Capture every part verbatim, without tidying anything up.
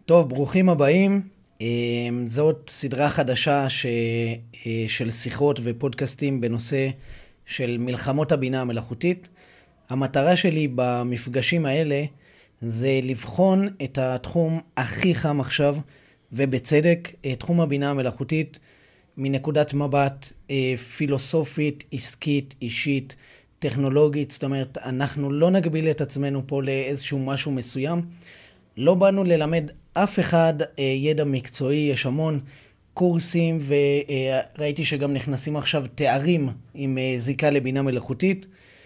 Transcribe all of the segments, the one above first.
טוב, ברוכים הבאים. זאת סדרה חדשה ש... של שיחות ופודקאסטים בנושא של מלחמות הבינה המלאכותית. המטרה שלי במפגשים האלה זה לבחון את התחום הכי חם עכשיו, ובצדק, תחום הבינה המלאכותית, מנקודת מבט פילוסופית, עסקית, אישית, טכנולוגית. זאת אומרת, אנחנו לא נגביל את עצמנו פה לאיזשהו משהו מסוים. לא באנו ללמד אף אחד ידע מקצועי, יש המון קורסים, וראיתי שגם נכנסים עכשיו תארים עם זיקה לבינה מלאכותית,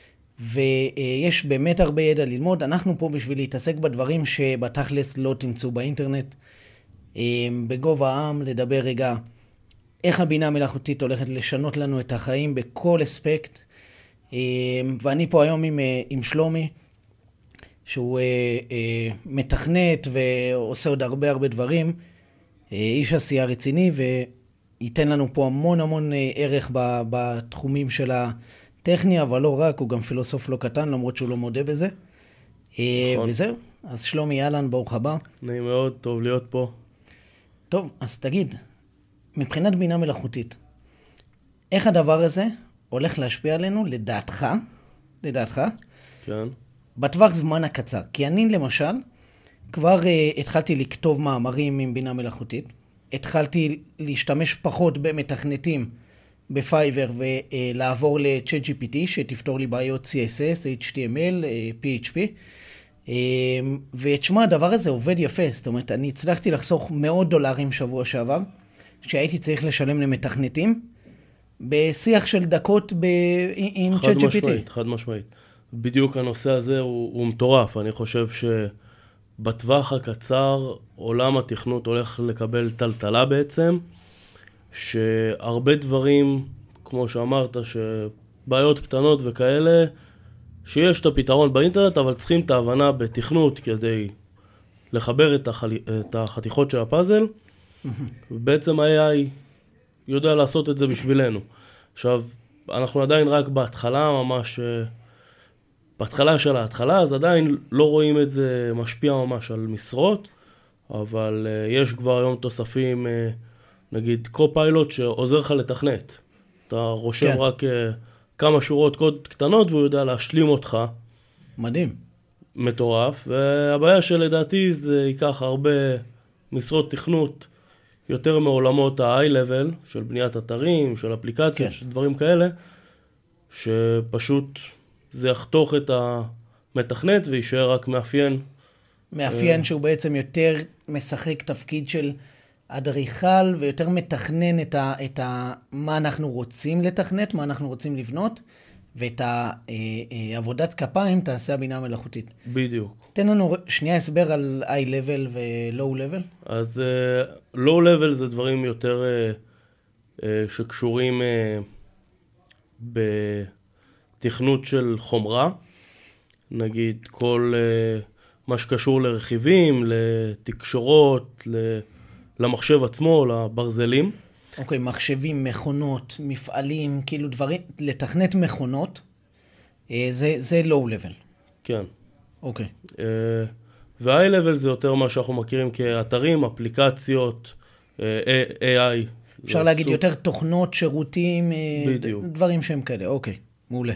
ויש באמת הרבה ידע ללמוד. אנחנו פה בשביל להתעסק בדברים שבתכלס לא תמצאו באינטרנט, בגובה העם, לדבר רגע איך הבינה המלאכותית הולכת לשנות לנו את החיים בכל אספקט. ואני פה היום עם, עם שלומי, שהוא אה, אה, מתכנת ועושה עוד הרבה הרבה דברים, אה, איש עשייה רציני, וייתן לנו פה המון המון אה, ערך ב, בתחומים של הטכניה, אבל לא רק, הוא גם פילוסוף לא קטן, למרות שהוא לא מודה בזה. אה, נכון. וזהו, אז שלומי, אהלן, ברוך הבא. נעים מאוד, טוב להיות פה. טוב, אז תגיד, מבחינת בינה מלאכותית, איך הדבר הזה הולך להשפיע עלינו, לדעתך, לדעתך? כן. בטווח זמן הקצר. כי אני למשל, כבר uh, התחלתי לכתוב מאמרים עם בינה מלאכותית, התחלתי להשתמש פחות במתכנתים בפייבר ולעבור ל-צ'אט ג'י פי טי, שתפתור לי בעיות סי אס אס, אייץ' טי אם אל, פי אייץ' פי. Uh, ותשמע, הדבר הזה עובד יפה. זאת אומרת, אני הצלחתי לחסוך מאות דולרים שבוע שעבר, שהייתי צריך לשלם למתכנתים, בשיח של דקות ב- עם צ'אט ג'י פי טי. חד משמעית, חד משמעית. בדיוק הנושא הזה הוא, הוא מטורף. אני חושב שבטווח הקצר עולם התכנות הולך לקבל טלטלה בעצם, שהרבה דברים, כמו שאמרת, שבעיות קטנות וכאלה, שיש את הפתרון באינטרנט, אבל צריכים את ההבנה בתכנות כדי לחבר את, החל... את החתיכות של הפאזל, ובעצם ה-איי איי יודע לעשות את זה בשבילנו. עכשיו, אנחנו עדיין רק בהתחלה ממש... בהתחלה של ההתחלה, אז עדיין לא רואים את זה משפיע ממש על משרות, אבל uh, יש כבר היום תוספים, uh, נגיד קו-פיילוט שעוזר לך לתכנת. אתה רושם כן. רק uh, כמה שורות קוד קטנות והוא יודע להשלים אותך. מדהים. מטורף, והבעיה שלדעתי זה ייקח הרבה משרות תכנות יותר מעולמות ה-high-level, של בניית אתרים, של אפליקציות, כן. של דברים כאלה, שפשוט... זה יחתוך את המתכנת וישאר רק מאפיין. מאפיין שהוא בעצם יותר משחק תפקיד של אדריכל, ויותר מתכנן את ה, את ה, מה אנחנו רוצים לתכנת, מה אנחנו רוצים לבנות, ואת העבודת כפיים תעשה הבינה המלאכותית. בדיוק. תן לנו שנייה הסבר על high-level ו-low-level. אז uh, low-level זה דברים יותר uh, uh, שקשורים uh, ב... תכנות של חומרה, נגיד כל uh, מה שקשור לרכיבים, לתקשורות, ל, למחשב עצמו, לברזלים. אוקיי, okay, מחשבים, מכונות, מפעלים, כאילו דברים, לתכנת מכונות, uh, זה, זה low level. כן. אוקיי. Okay. Uh, ו-high level זה יותר מה שאנחנו מכירים כאתרים, אפליקציות, uh, איי איי. אפשר להגיד סוג... יותר תוכנות, שירותים, בדיוק. דברים שהם כאלה, אוקיי. מעולה.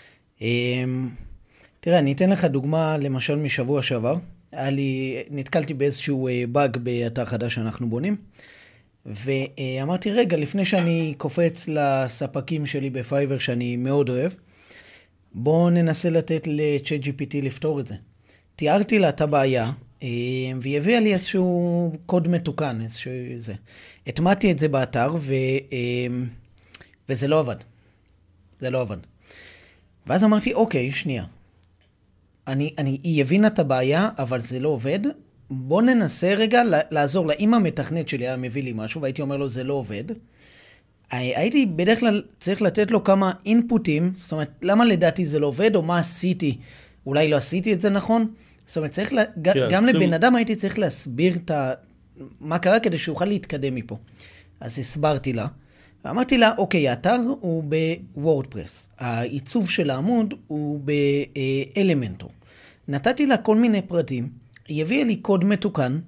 תראה, אני אתן לך דוגמה, למשל משבוע שעבר. היה לי, נתקלתי באיזשהו באג באתר חדש שאנחנו בונים, ואמרתי, רגע, לפני שאני קופץ לספקים שלי בפייבר שאני מאוד אוהב, בואו ננסה לתת ל-צ'אט ג'י פי טי לפתור את זה. תיארתי לה את הבעיה, והיא הביאה לי איזשהו קוד מתוקן, איזשהו זה. התמדתי את זה באתר, ו... וזה לא עבד. זה לא עבד. ואז אמרתי, אוקיי, שנייה. אני, אני, היא הבינה את הבעיה, אבל זה לא עובד. בוא ננסה רגע לעזור לה. אם המתכנת שלי היה מביא לי משהו, והייתי אומר לו, זה לא עובד. הייתי בדרך כלל צריך לתת לו כמה אינפוטים, זאת אומרת, למה לדעתי זה לא עובד, או מה עשיתי? אולי לא עשיתי את זה נכון? זאת אומרת, צריך לה, כן, גם צריכים... לבן אדם הייתי צריך להסביר את ה... מה קרה כדי שאוכל להתקדם מפה. אז הסברתי לה. ואמרתי לה, אוקיי, האתר הוא בוורדפרס, העיצוב של העמוד הוא באלמנטור. נתתי לה כל מיני פרטים, היא הביאה לי קוד מתוקן,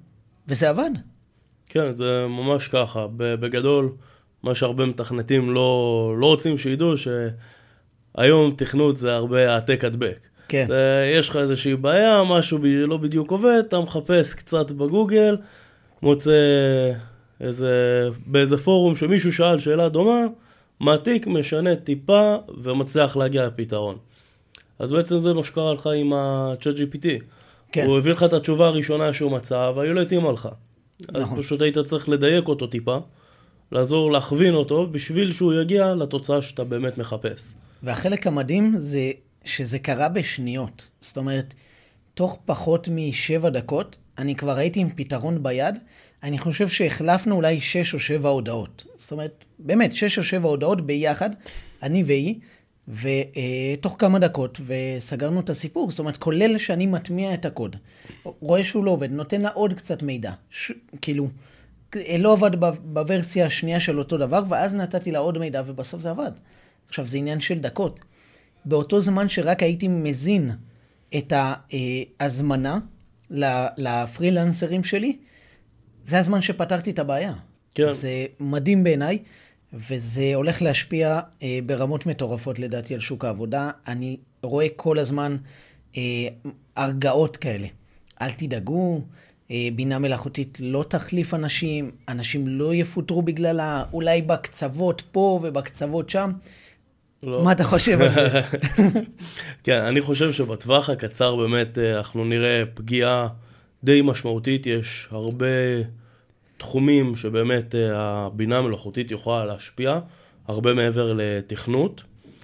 וזה עבד. כן, זה ממש ככה. בגדול, מה שהרבה מתכנתים לא, לא רוצים שידעו, שהיום תכנות זה הרבה העתק הדבק. כן. זה, יש לך איזושהי בעיה, משהו ב, לא בדיוק עובד, אתה מחפש קצת בגוגל, מוצא איזה, באיזה פורום שמישהו שאל שאלה דומה, מעתיק, משנה טיפה ומצליח להגיע לפתרון. אז בעצם זה מה שקרה לך עם ה-צ'אט ג'י פי טי. כן. הוא הביא לך את התשובה הראשונה שהוא מצא, והיא לא התאימה לך. אז נכון. פשוט היית צריך לדייק אותו טיפה, לעזור להכווין אותו, בשביל שהוא יגיע לתוצאה שאתה באמת מחפש. והחלק המדהים זה שזה קרה בשניות. זאת אומרת, תוך פחות משבע דקות, אני כבר הייתי עם פתרון ביד, אני חושב שהחלפנו אולי שש או שבע הודעות. זאת אומרת, באמת, שש או שבע הודעות ביחד, אני והיא, ותוך כמה דקות, וסגרנו את הסיפור. זאת אומרת, כולל שאני מטמיע את הקוד. רואה שהוא לא עובד, נותן לה עוד קצת מידע. ש... כאילו, לא עבד בוורסיה השנייה של אותו דבר, ואז נתתי לה עוד מידע, ובסוף זה עבד. עכשיו, זה עניין של דקות. באותו זמן שרק הייתי מזין את ההזמנה לפרילנסרים שלי, זה הזמן שפתרתי את הבעיה. כן. זה מדהים בעיניי, וזה הולך להשפיע אה, ברמות מטורפות לדעתי על שוק העבודה. אני רואה כל הזמן אה, הרגעות כאלה. אל תדאגו, אה, בינה מלאכותית לא תחליף אנשים, אנשים לא יפוטרו בגללה, אולי בקצוות פה ובקצוות שם. לא. מה אתה חושב על זה? כן, אני חושב שבטווח הקצר באמת אנחנו נראה פגיעה די משמעותית. יש הרבה תחומים שבאמת הבינה המלאכותית יכולה להשפיע, הרבה מעבר לתכנות.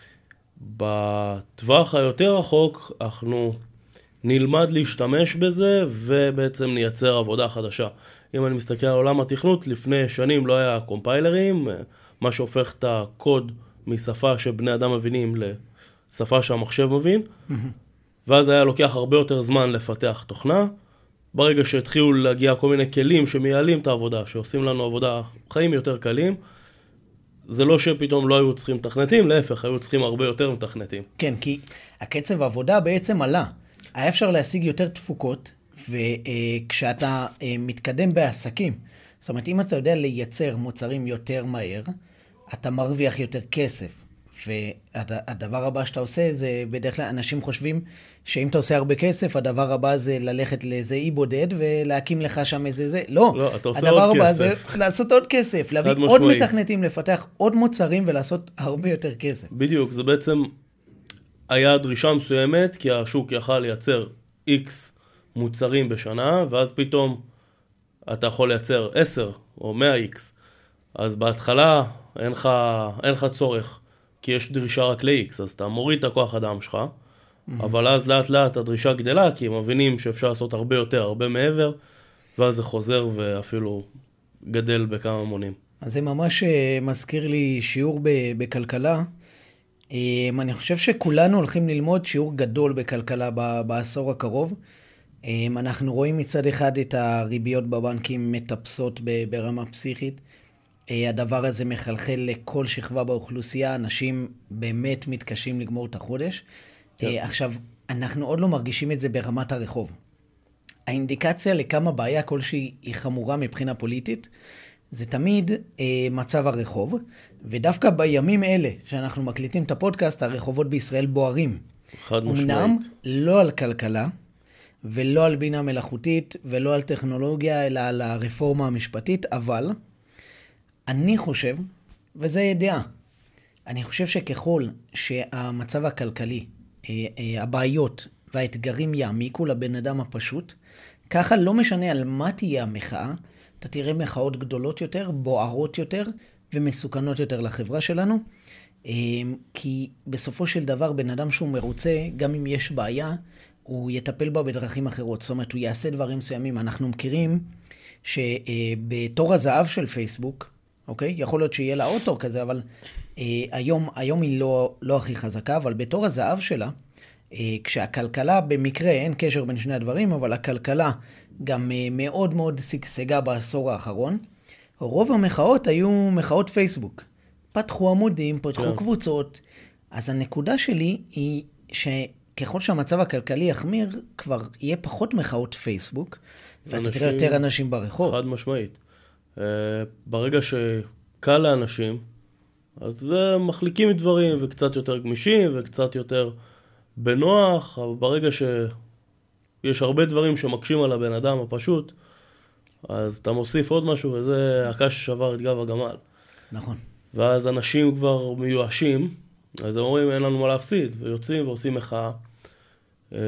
בטווח היותר רחוק אנחנו נלמד להשתמש בזה ובעצם נייצר עבודה חדשה. אם אני מסתכל על עולם התכנות, לפני שנים לא היה קומפיילרים, מה שהופך את הקוד משפה שבני אדם מבינים לשפה שהמחשב מבין, ואז היה לוקח הרבה יותר זמן לפתח תוכנה. ברגע שהתחילו להגיע כל מיני כלים שמייעלים את העבודה, שעושים לנו עבודה, חיים יותר קלים, זה לא שפתאום לא היו צריכים מתכנתים, להפך, היו צריכים הרבה יותר מתכנתים. כן, כי הקצב העבודה בעצם עלה. היה אפשר להשיג יותר תפוקות, וכשאתה מתקדם בעסקים, זאת אומרת, אם אתה יודע לייצר מוצרים יותר מהר, אתה מרוויח יותר כסף. והדבר הבא שאתה עושה זה, בדרך כלל אנשים חושבים שאם אתה עושה הרבה כסף, הדבר הבא זה ללכת לאיזה אי בודד ולהקים לך שם איזה זה. לא, לא אתה עושה עוד הדבר הבא כסף. זה לעשות עוד כסף, להביא עוד מתכנתים, לפתח עוד מוצרים ולעשות הרבה יותר כסף. בדיוק, זה בעצם היה דרישה מסוימת, כי השוק יכל לייצר X מוצרים בשנה, ואז פתאום אתה יכול לייצר עשר או מאה איקס. אז בהתחלה אין לך, אין לך צורך, כי יש דרישה רק ל-X, אז אתה מוריד את הכוח אדם שלך, mm-hmm. אבל אז לאט לאט הדרישה גדלה, כי הם מבינים שאפשר לעשות הרבה יותר, הרבה מעבר, ואז זה חוזר ואפילו גדל בכמה מונים. אז זה ממש מזכיר לי שיעור בכלכלה. אני חושב שכולנו הולכים ללמוד שיעור גדול בכלכלה בעשור הקרוב. אנחנו רואים מצד אחד את הריביות בבנקים מטפסות ברמה פסיכית. הדבר הזה מחלחל לכל שכבה באוכלוסייה, אנשים באמת מתקשים לגמור את החודש. כן. עכשיו, אנחנו עוד לא מרגישים את זה ברמת הרחוב. האינדיקציה לכמה בעיה כלשהי היא חמורה מבחינה פוליטית, זה תמיד אה, מצב הרחוב, ודווקא בימים אלה שאנחנו מקליטים את הפודקאסט, הרחובות בישראל בוערים. חד משמעית. אמנם לא על כלכלה, ולא על בינה מלאכותית, ולא על טכנולוגיה, אלא על הרפורמה המשפטית, אבל אני חושב, וזה ידיעה, אני חושב שככל שהמצב הכלכלי, הבעיות והאתגרים יעמיקו לבן אדם הפשוט, ככה לא משנה על מה תהיה המחאה, אתה תראה מחאות גדולות יותר, בוערות יותר ומסוכנות יותר לחברה שלנו, כי בסופו של דבר בן אדם שהוא מרוצה, גם אם יש בעיה, הוא יטפל בה בדרכים אחרות. זאת אומרת, הוא יעשה דברים מסוימים. אנחנו מכירים שבתור הזהב של פייסבוק, אוקיי? יכול להיות שיהיה לה עוד תור כזה, אבל אה, היום, היום היא לא, לא הכי חזקה, אבל בתור הזהב שלה, אה, כשהכלכלה במקרה, אין קשר בין שני הדברים, אבל הכלכלה גם אה, מאוד מאוד סגסגה בעשור האחרון, רוב המחאות היו מחאות פייסבוק. פתחו עמודים, פתחו yeah. קבוצות. אז הנקודה שלי היא ככל שהמצב הכלכלי יחמיר, כבר יהיה פחות מחאות פייסבוק, ואתה אנשים- תראה יותר אנשים ברחוב. חד משמעית. אה, ברגע שקל לאנשים, אז אה, מחליקים דברים וקצת יותר גמישים וקצת יותר בנוח, אבל ברגע שיש הרבה דברים שמקשים על הבן אדם הפשוט, אז אתה מוסיף עוד משהו וזה הקש ששבר את גב הגמל. נכון. ואז אנשים כבר מיואשים, אז הם אומרים אין לנו מה להפסיד, ויוצאים ועושים מחאה. אה,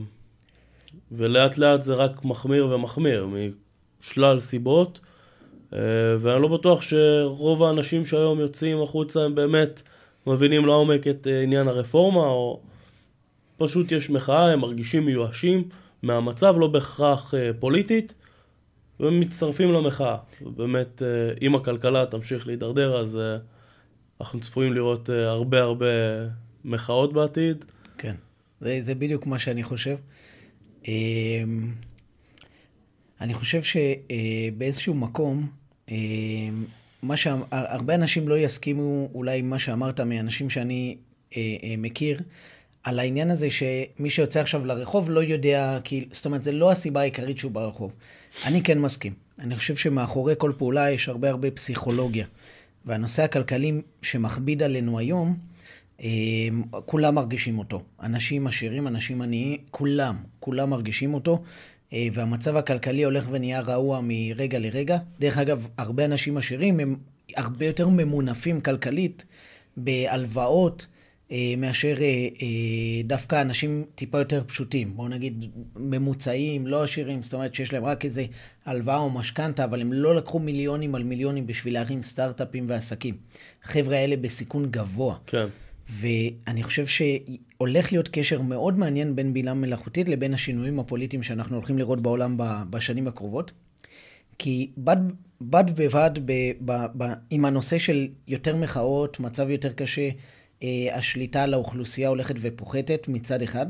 ולאט לאט זה רק מחמיר ומחמיר, משלל סיבות, אה, ואני לא בטוח שרוב האנשים שהיום יוצאים החוצה הם באמת מבינים לעומק את אה, עניין הרפורמה, או פשוט יש מחאה, הם מרגישים מיואשים מהמצב, לא בהכרח אה, פוליטית, והם מצטרפים למחאה. ובאמת, אה, אם הכלכלה תמשיך להידרדר, אז אה, אנחנו צפויים לראות אה, הרבה הרבה מחאות בעתיד. כן, זה, זה בדיוק מה שאני חושב. אמ, אני חושב שבאיזשהו מקום, אמ, מה שהרבה אנשים לא יסכימו אולי עם מה שאמרת מאנשים שאני אה, אה, מכיר, על העניין הזה שמי שיוצא עכשיו לרחוב לא יודע, כי, זאת אומרת, זה לא הסיבה העיקרית שהוא ברחוב. אני כן מסכים. אני חושב שמאחורי כל פעולה יש הרבה הרבה פסיכולוגיה. והנושא הכלכלי שמכביד עלינו היום, כולם מרגישים אותו. אנשים עשירים, אנשים עניים, כולם, כולם מרגישים אותו. והמצב הכלכלי הולך ונהיה רעוע מרגע לרגע. דרך אגב, הרבה אנשים עשירים הם הרבה יותר ממונפים כלכלית בהלוואות, מאשר דווקא אנשים טיפה יותר פשוטים. בואו נגיד ממוצעים, לא עשירים, זאת אומרת שיש להם רק איזה הלוואה או משכנתה, אבל הם לא לקחו מיליונים על מיליונים בשביל להרים סטארט-אפים ועסקים. חבר'ה האלה בסיכון גבוה. כן. ואני חושב שהולך להיות קשר מאוד מעניין בין בינה מלאכותית לבין השינויים הפוליטיים שאנחנו הולכים לראות בעולם בשנים הקרובות. כי בד, בד ובד ב, ב, ב, עם הנושא של יותר מחאות, מצב יותר קשה, השליטה על האוכלוסייה הולכת ופוחתת מצד אחד.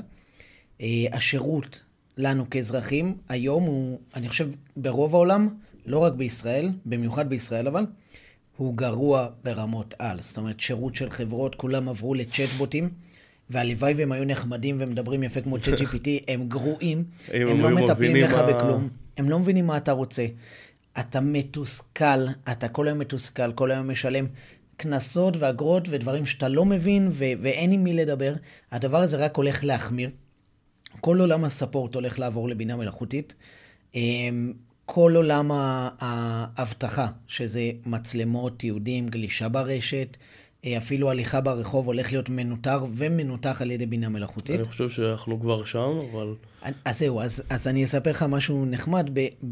השירות לנו כאזרחים היום הוא, אני חושב, ברוב העולם, לא רק בישראל, במיוחד בישראל אבל, הוא גרוע ברמות על. זאת אומרת, שירות של חברות, כולם עברו לצ'טבוטים, והלוואי והם היו נחמדים ומדברים יפה כמו צ'אט ג'י פי טי, הם גרועים, הם לא מטפלים לך בכלום, הם לא מבינים מה אתה רוצה. אתה מתוסכל, אתה כל היום מתוסכל, כל היום משלם כנסות ואגרות ודברים שאתה לא מבין ו- ואין עם מי לדבר. הדבר הזה רק הולך להחמיר. כל עולם הספורט הולך לעבור לבינה מלאכותית. כל עולם ההבטחה, שזה מצלמות, תיעודים, גלישה ברשת, אפילו הליכה ברחוב הולך להיות מנותר ומנותח על ידי בינה מלאכותית. אני חושב שאנחנו כבר שם, אבל... אז זהו, אז, אז אני אספר לך משהו נחמד.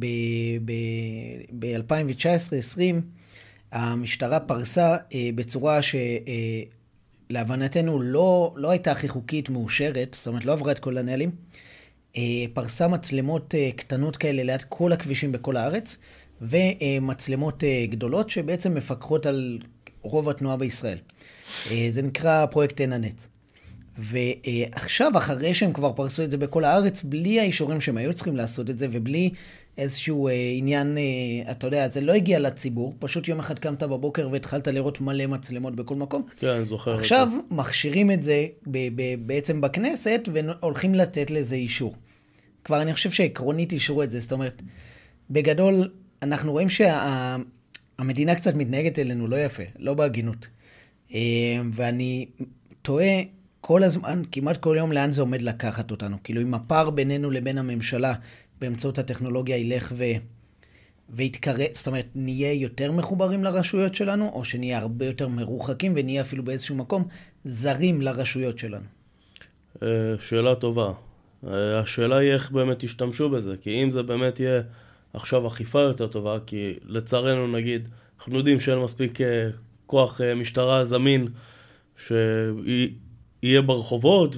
ב-אלפיים תשע עשרה עשרים המשטרה פרסה אה, בצורה שלהבנתנו לא, לא הייתה הכי חוקית מאושרת, זאת אומרת לא עברה את כל הנהלים, אה, פרסה מצלמות אה, קטנות כאלה ליד כל הכבישים בכל הארץ, ומצלמות אה, גדולות שבעצם מפקחות על רוב התנועה בישראל. אה, זה נקרא פרויקט עין הנץ. ועכשיו, אחרי שהם כבר פרסו את זה בכל הארץ, בלי האישורים שהם היו צריכים לעשות את זה, ובלי איזשהו אה, עניין, אה, אתה יודע, זה לא הגיע לציבור, פשוט יום אחד קמת בבוקר והתחלת לראות מלא מצלמות בכל מקום. כן, אני זוכר. עכשיו את... מכשירים את זה ב- ב- בעצם בכנסת, והולכים לתת לזה אישור. כבר אני חושב שעקרונית אישרו את זה, זאת אומרת, בגדול, אנחנו רואים שהמדינה שה- קצת מתנהגת אלינו לא יפה, לא בהגינות. אה, ואני תוהה, כל הזמן, כמעט כל יום, לאן זה עומד לקחת אותנו. כאילו, אם הפער בינינו לבין הממשלה, באמצעות הטכנולוגיה ילך ו... ויתקרא, זאת אומרת, נהיה יותר מחוברים לרשויות שלנו, או שנהיה הרבה יותר מרוחקים, ונהיה אפילו באיזשהו מקום זרים לרשויות שלנו. שאלה טובה. השאלה היא איך באמת ישתמשו בזה, כי אם זה באמת יהיה עכשיו אכיפה יותר טובה, כי לצערנו נגיד, אנחנו יודעים שאין מספיק כוח משטרה זמין, שהיא... יהיה ברחובות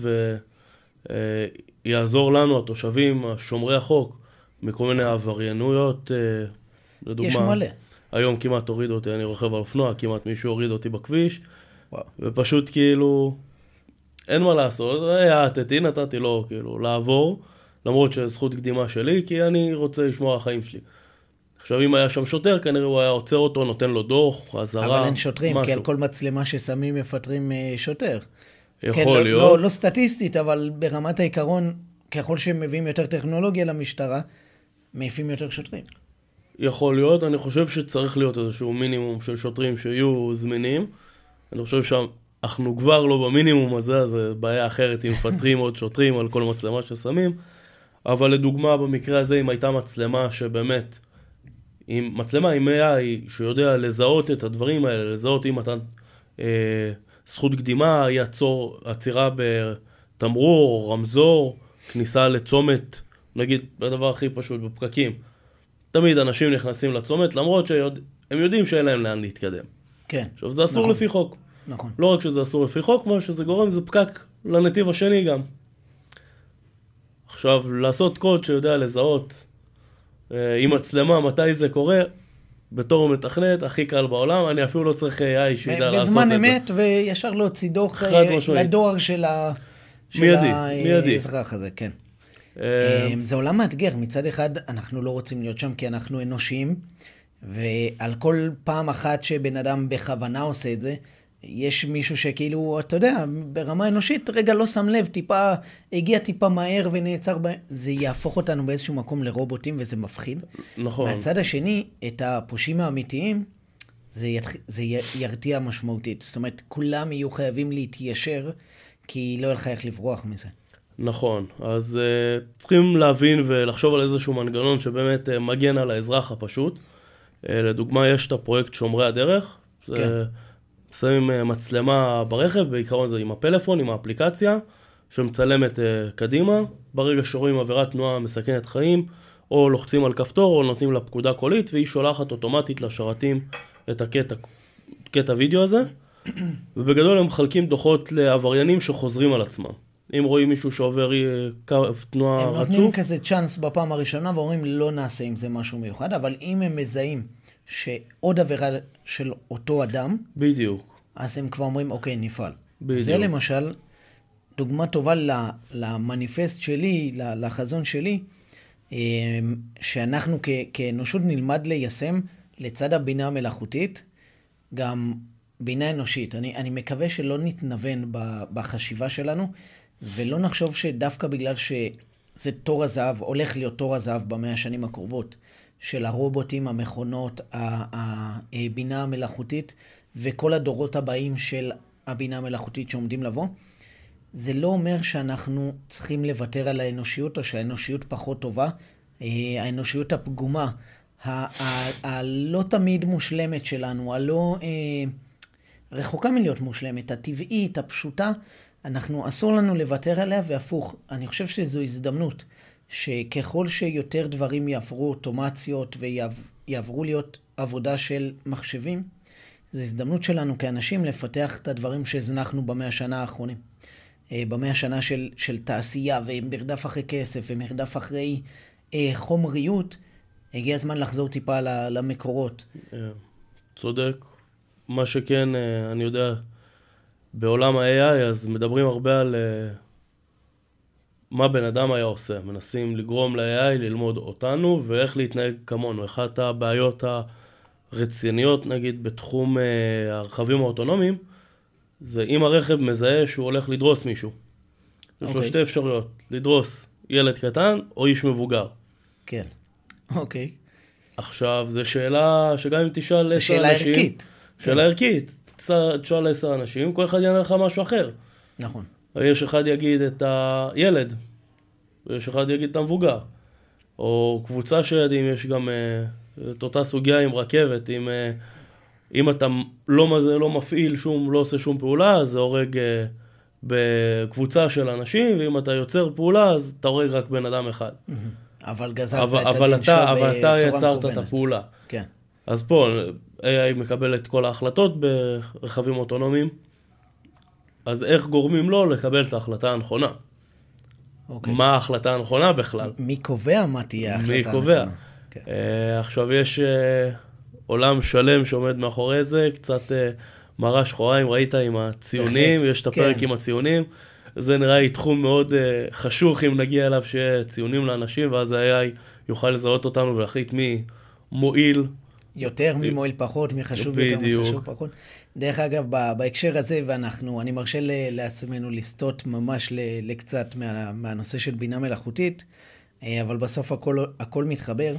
ויעזור לנו, התושבים, שומרי החוק, מכל מיני עבריינויות. לדוגמה, יש מלא. היום כמעט הוריד אותי, אני רוכב על אופנוע, כמעט מישהו הוריד אותי בכביש, וואו. ופשוט כאילו, אין מה לעשות, העתתי, נתתי לו כאילו לעבור, למרות שזכות קדימה שלי, כי אני רוצה לשמור על החיים שלי. עכשיו, אם היה שם שוטר, כנראה הוא היה עוצר אותו, נותן לו דוח, עזרה, אבל אין שוטרים, משהו. כי על כל מצלמה ששמים מפטרים שוטר. יכול כן, להיות. לא, לא, לא סטטיסטית, אבל ברמת העיקרון, ככל שהם מביאים יותר טכנולוגיה למשטרה, מעיפים יותר שוטרים. יכול להיות, אני חושב שצריך להיות איזשהו מינימום של שוטרים שיהיו זמינים. אני חושב שאנחנו כבר לא במינימום הזה, אז זה בעיה אחרת אם מפטרים עוד שוטרים על כל מצלמה ששמים. אבל לדוגמה, במקרה הזה, אם הייתה מצלמה שבאמת, עם מצלמה עם איי איי שיודע לזהות את הדברים האלה, לזהות אם אתה אה, זכות קדימה, יעצור עצירה בתמרור, רמזור, כניסה לצומת, נגיד, הדבר הכי פשוט, בפקקים. תמיד אנשים נכנסים לצומת, למרות שהם יודעים שאין להם לאן להתקדם. כן. עכשיו, זה אסור נכון. לפי חוק. נכון. לא רק שזה אסור לפי חוק, מה שזה גורם זה פקק לנתיב השני גם. עכשיו, לעשות קוד שיודע לזהות אה, עם מצלמה מתי זה קורה, בתור מתכנת, הכי קל בעולם, אני אפילו לא צריך איי איי שידע לעשות את זה. בזמן אמת, וישר להוציא דוח לדואר של האזרח הזה, כן. זה עולם מאתגר, מצד אחד אנחנו לא רוצים להיות שם כי אנחנו אנושיים, ועל כל פעם אחת שבן אדם בכוונה עושה את זה, יש מישהו שכאילו, אתה יודע, ברמה אנושית, רגע לא שם לב, טיפה, הגיע טיפה מהר ונעצר, זה יהפוך אותנו באיזשהו מקום לרובוטים וזה מפחיד. נכון. מהצד השני, את הפושעים האמיתיים, זה, יתח... זה ירתיע משמעותית. זאת אומרת, כולם יהיו חייבים להתיישר, כי לא ילך איך לברוח מזה. נכון, אז uh, צריכים להבין ולחשוב על איזשהו מנגנון שבאמת uh, מגן על האזרח הפשוט. Uh, לדוגמה, יש את הפרויקט שומרי הדרך. כן. זה... שמים uh, מצלמה ברכב, בעיקרון זה עם הפלאפון, עם האפליקציה, שמצלמת uh, קדימה. ברגע שרואים עבירת תנועה מסכנת חיים, או לוחצים על כפתור, או נותנים לה פקודה קולית, והיא שולחת אוטומטית לשרתים את הקטע, קטע וידאו הזה. ובגדול הם מחלקים דוחות לעבריינים שחוזרים על עצמם. אם רואים מישהו שעובר קו תנועה רצוף... הם נותנים כזה צ'אנס בפעם הראשונה, ואומרים לא נעשה עם זה משהו מיוחד, אבל אם הם מזהים שעוד עבירה של אותו אדם... בדיוק. אז הם כבר אומרים, אוקיי, נפעל. בדיוק. זה למשל דוגמה טובה למניפסט שלי, לחזון שלי, שאנחנו כאנושות נלמד ליישם לצד הבינה המלאכותית, גם בינה אנושית. אני, אני מקווה שלא נתנוון בחשיבה שלנו, ולא נחשוב שדווקא בגלל שזה תור הזהב, הולך להיות תור הזהב במאה השנים הקרובות, של הרובוטים, המכונות, הבינה המלאכותית, וכל הדורות הבאים של הבינה המלאכותית שעומדים לבוא, זה לא אומר שאנחנו צריכים לוותר על האנושיות, או שהאנושיות פחות טובה. האנושיות הפגומה, הלא תמיד מושלמת שלנו, הלא רחוקה מלהיות מושלמת, הטבעית, הפשוטה, אנחנו אסור לנו לוותר עליה, והפוך. אני חושב שזו הזדמנות, שככל שיותר דברים יעברו אוטומציות, ויעברו להיות עבודה של מחשבים, זו הזדמנות שלנו כאנשים לפתח את הדברים שהזנחנו במאה השנה האחרונים. במאה השנה של, של תעשייה, ומרדף אחרי כסף, ומרדף אחרי אה, חומריות, הגיע הזמן לחזור טיפה למקורות. צודק. מה שכן, אני יודע, בעולם ה-איי איי, אז מדברים הרבה על מה בן אדם היה עושה. מנסים לגרום ל-איי איי ללמוד אותנו, ואיך להתנהג כמונו. אחת הבעיות הרציניות, נגיד, בתחום הרכבים האוטונומיים, זה אם הרכב מזהה שהוא הולך לדרוס מישהו. יש לו שתי אפשרויות, לדרוס ילד קטן או איש מבוגר. כן, אוקיי. עכשיו, זו שאלה שגם אם תשאל עשר אנשים... זו שאלה ערכית. שאלה ערכית. תשאל עשר אנשים, כל אחד יענה לך משהו אחר. נכון. יש אחד יגיד את הילד, ויש אחד יגיד את המבוגר. או קבוצה של ילדים, יש גם את אותה סוגיה עם רכבת, עם... אם אתה לא, לא מפעיל שום, לא עושה שום פעולה, אז זה הורג אה, בקבוצה של אנשים, ואם אתה יוצר פעולה, אז אתה הורג רק בן אדם אחד. אבל גזרת אבל, את אבל הדין שלו בצורה מקוונת. אבל אתה יצרת מקוונת. את הפעולה. כן. אז פה, איי איי מקבל את כל ההחלטות ברכבים אוטונומיים, אז איך גורמים לו לקבל את ההחלטה הנכונה? אוקיי. מה ההחלטה הנכונה בכלל? מי קובע מה תהיה ההחלטה הנכונה? מי קובע? כן. אה, עכשיו יש... אה, עולם שלם שעומד מאחורי זה, קצת אה, מראה שחורה, אם ראית עם הציונים, בהחלט, יש את הפרק כן. עם הציונים, זה נראה לי תחום מאוד אה, חשוך אם נגיע אליו שיהיה ציונים לאנשים, ואז ה-איי איי יוכל לזהות אותנו ולהחליט מי מועיל. יותר, מי מועיל פחות, מי חשוב יותר, מי חשוב פחות. דרך אגב, בהקשר הזה, ואנחנו, אני מרשה לעצמנו לסטות ממש לקצת מה, מהנושא של בינה מלאכותית, אבל בסוף הכל, הכל מתחבר.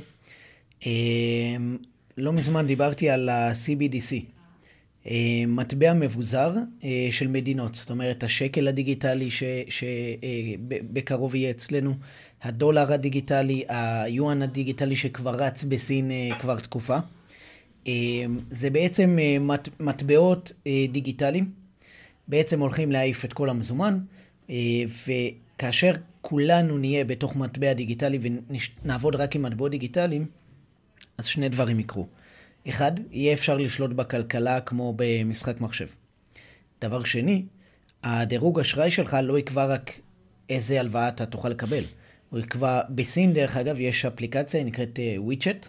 לא מזמן דיברתי על ה-סי בי די סי, מטבע מבוזר של מדינות, זאת אומרת, השקל הדיגיטלי שבקרוב יהיה אצלנו, הדולר הדיגיטלי, היואן הדיגיטלי שכבר רץ בסין כבר תקופה. זה בעצם מטבעות דיגיטליים, בעצם הולכים להעיף את כל המזומן, וכאשר כולנו נהיה בתוך מטבע דיגיטלי ונעבוד רק עם מטבעות דיגיטליים, אז שני דברים יקרו. אחד, יהיה אפשר לשלוט בכלכלה כמו במשחק מחשב. דבר שני, הדירוג אשראי שלך לא יקבע רק איזה הלוואה אתה תוכל לקבל. הוא יקבע, בסין דרך אגב יש אפליקציה, היא נקראת וויצ'ט,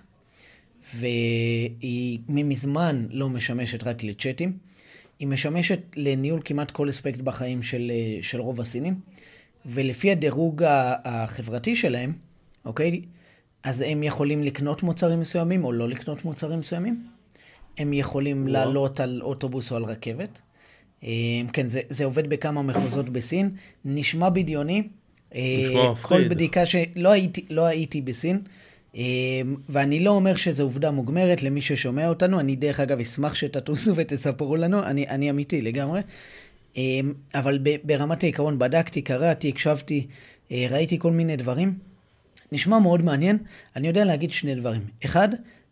והיא מזמן לא משמשת רק לצ'אטים, היא משמשת לניהול כמעט כל אספקט בחיים של, של רוב הסינים, ולפי הדירוג החברתי שלהם, אוקיי, אז הם יכולים לקנות מוצרים מסוימים או לא לקנות מוצרים מסוימים, הם יכולים וואו. לעלות על אוטובוס או על רכבת, כן, זה, זה עובד בכמה מחוזות בסין, נשמע בדיוני, נשמע כל מפחיד. בדיקה שלא הייתי, לא הייתי בסין, ואני לא אומר שזו עובדה מוגמרת למי ששומע אותנו, אני דרך אגב אשמח שתטוסו ותספרו לנו, אני, אני אמיתי לגמרי, אבל ברמת העיקרון בדקתי, קראתי, הקשבתי, ראיתי כל מיני דברים, נשמע מאוד מעניין, אני יודע להגיד שני דברים. אחד,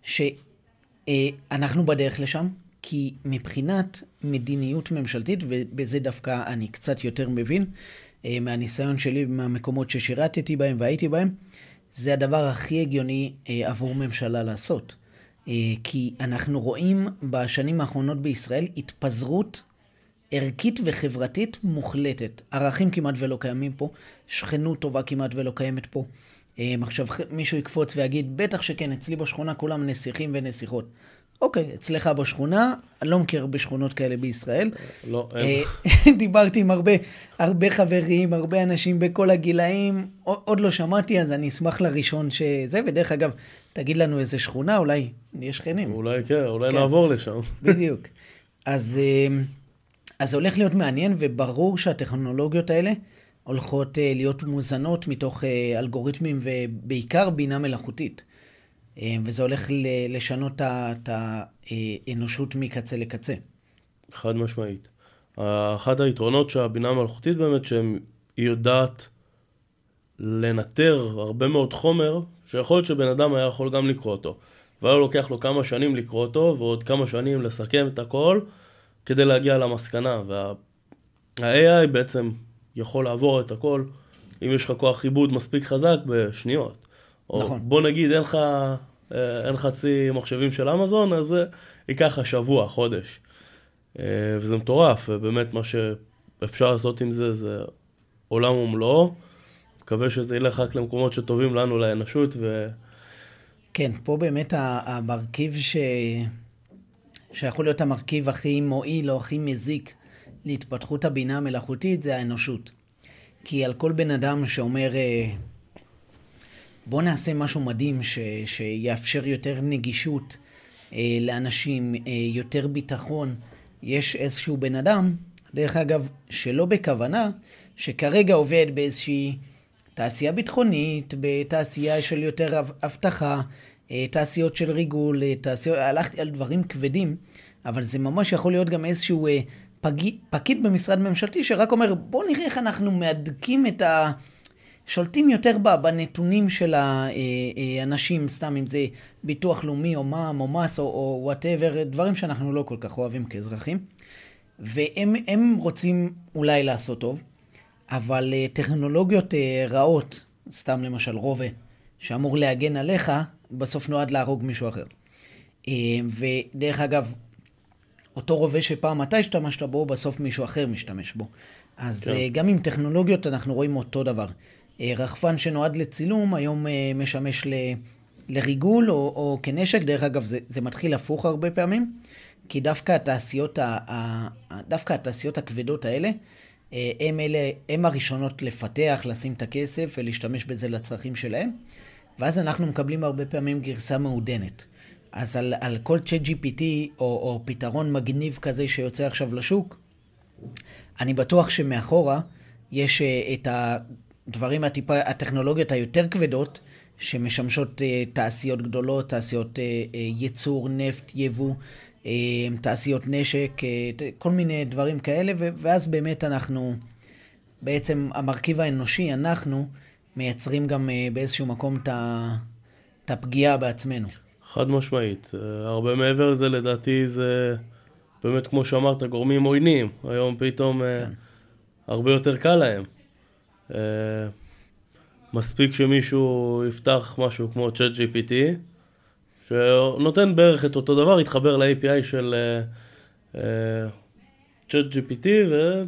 שאנחנו בדרך לשם, כי מבחינת מדיניות ממשלתית, ובזה דווקא אני קצת יותר מבין, מהניסיון שלי, מהמקומות ששירתתי בהם והייתי בהם, זה הדבר הכי הגיוני עבור ממשלה לעשות. כי אנחנו רואים בשנים האחרונות בישראל התפזרות ערכית וחברתית מוחלטת. ערכים כמעט ולא קיימים פה, שכנות טובה כמעט ולא קיימת פה. עכשיו מישהו יקפוץ ויגיד, בטח שכן, אצלי בשכונה כולם נסיכים ונסיכות. אוקיי, אצלך בשכונה, אני לא מכיר בשכונות כאלה בישראל. לא, אין. דיברתי עם הרבה, הרבה חברים, הרבה אנשים בכל הגילאים, עוד לא שמעתי, אז אני אשמח לראשון שזה, ודרך אגב, תגיד לנו איזה שכונה, אולי נהיה שכנים. אולי כן, אולי כן. נעבור לשם. בדיוק. אז, אז זה הולך להיות מעניין, וברור שהטכנולוגיות האלה הולכות להיות מוזנות מתוך אלגוריתמים, ובעיקר בינה מלאכותית. וזה הולך לשנות את האנושות מקצה לקצה. חד משמעית. אחת היתרונות שהבינה המלאכותית באמת, שהיא יודעת לנטר הרבה מאוד חומר, שיכול להיות שבן אדם היה יכול גם לקרוא אותו. והיה לוקח לו כמה שנים לקרוא אותו, ועוד כמה שנים לסכם את הכל, כדי להגיע למסקנה. וה-איי איי בעצם יכול לעבור את הכל, אם יש לך כוח עיבוד מספיק חזק בשניות. או נכון. בוא נגיד, אין לך, אין חצי מחשבים של אמזון, אז זה ייקח לך שבוע, חודש. וזה מטורף, ובאמת מה שאפשר לעשות עם זה, זה עולם ומלואו. מקווה שזה ילך רק למקומות שטובים לנו, לאנושות. ו... כן, פה באמת המרכיב ש... שיכול להיות המרכיב הכי מועיל או הכי מזיק להתפתחות הבינה המלאכותית, זה האנושות. כי על כל בן אדם שאומר... בוא נעשה משהו מדהים ש, שיאפשר יותר נגישות אה, לאנשים, אה, יותר ביטחון. יש איזשהו בן אדם, דרך אגב, שלא בכוונה, שכרגע עובד באיזושהי תעשייה ביטחונית, בתעשייה של יותר הבטחה, אה, תעשיות של ריגול, תעשיות, הלכתי על דברים כבדים, אבל זה ממש יכול להיות גם איזשהו אה, פקיד, פקיד במשרד ממשלתי, שרק אומר, בוא נראה איך אנחנו מהדקים את ה... שולטים יותר בנתונים של האנשים, סתם אם זה ביטוח לאומי או מע"מ או מס או whatever, דברים שאנחנו לא כל כך אוהבים כאזרחים. והם הם רוצים אולי לעשות טוב, אבל טכנולוגיות רעות, סתם למשל רובה, שאמור להגן עליך, בסוף נועד להרוג מישהו אחר. ודרך אגב, אותו רובה שפעם אתה השתמשת בו, בסוף מישהו אחר משתמש בו. אז כן. גם עם טכנולוגיות אנחנו רואים אותו דבר. רחפן שנועד לצילום, היום משמש ל, לריגול או, או כנשק. דרך אגב, זה, זה מתחיל הפוך הרבה פעמים, כי דווקא התעשיות, ה, דווקא התעשיות הכבדות האלה, הם, אלה, הם הראשונות לפתח, לשים את הכסף ולהשתמש בזה לצרכים שלהם, ואז אנחנו מקבלים הרבה פעמים גרסה מעודנת. אז על, על כל צ'אט ג'י פי טי או, או פתרון מגניב כזה שיוצא עכשיו לשוק, אני בטוח שמאחורה יש uh, את הדברים, הטיפה, הטכנולוגיות היותר כבדות, שמשמשות uh, תעשיות גדולות, תעשיות uh, uh, ייצור, נפט, יבוא, uh, תעשיות נשק, uh, כל מיני דברים כאלה, ו- ואז באמת אנחנו, בעצם המרכיב האנושי, אנחנו מייצרים גם uh, באיזשהו מקום את ה- את הפגיעה בעצמנו. חד משמעית. הרבה מעבר לזה, לדעתי, זה באמת, כמו שאמרת, גורמים עוינים. היום פתאום כן. הרבה יותר קל להם. מספיק שמישהו יפתח משהו כמו צ'אט ג'י פי טי, שנותן בערך את אותו דבר, יתחבר ל-איי פי איי של צ'אט ג'י פי טי,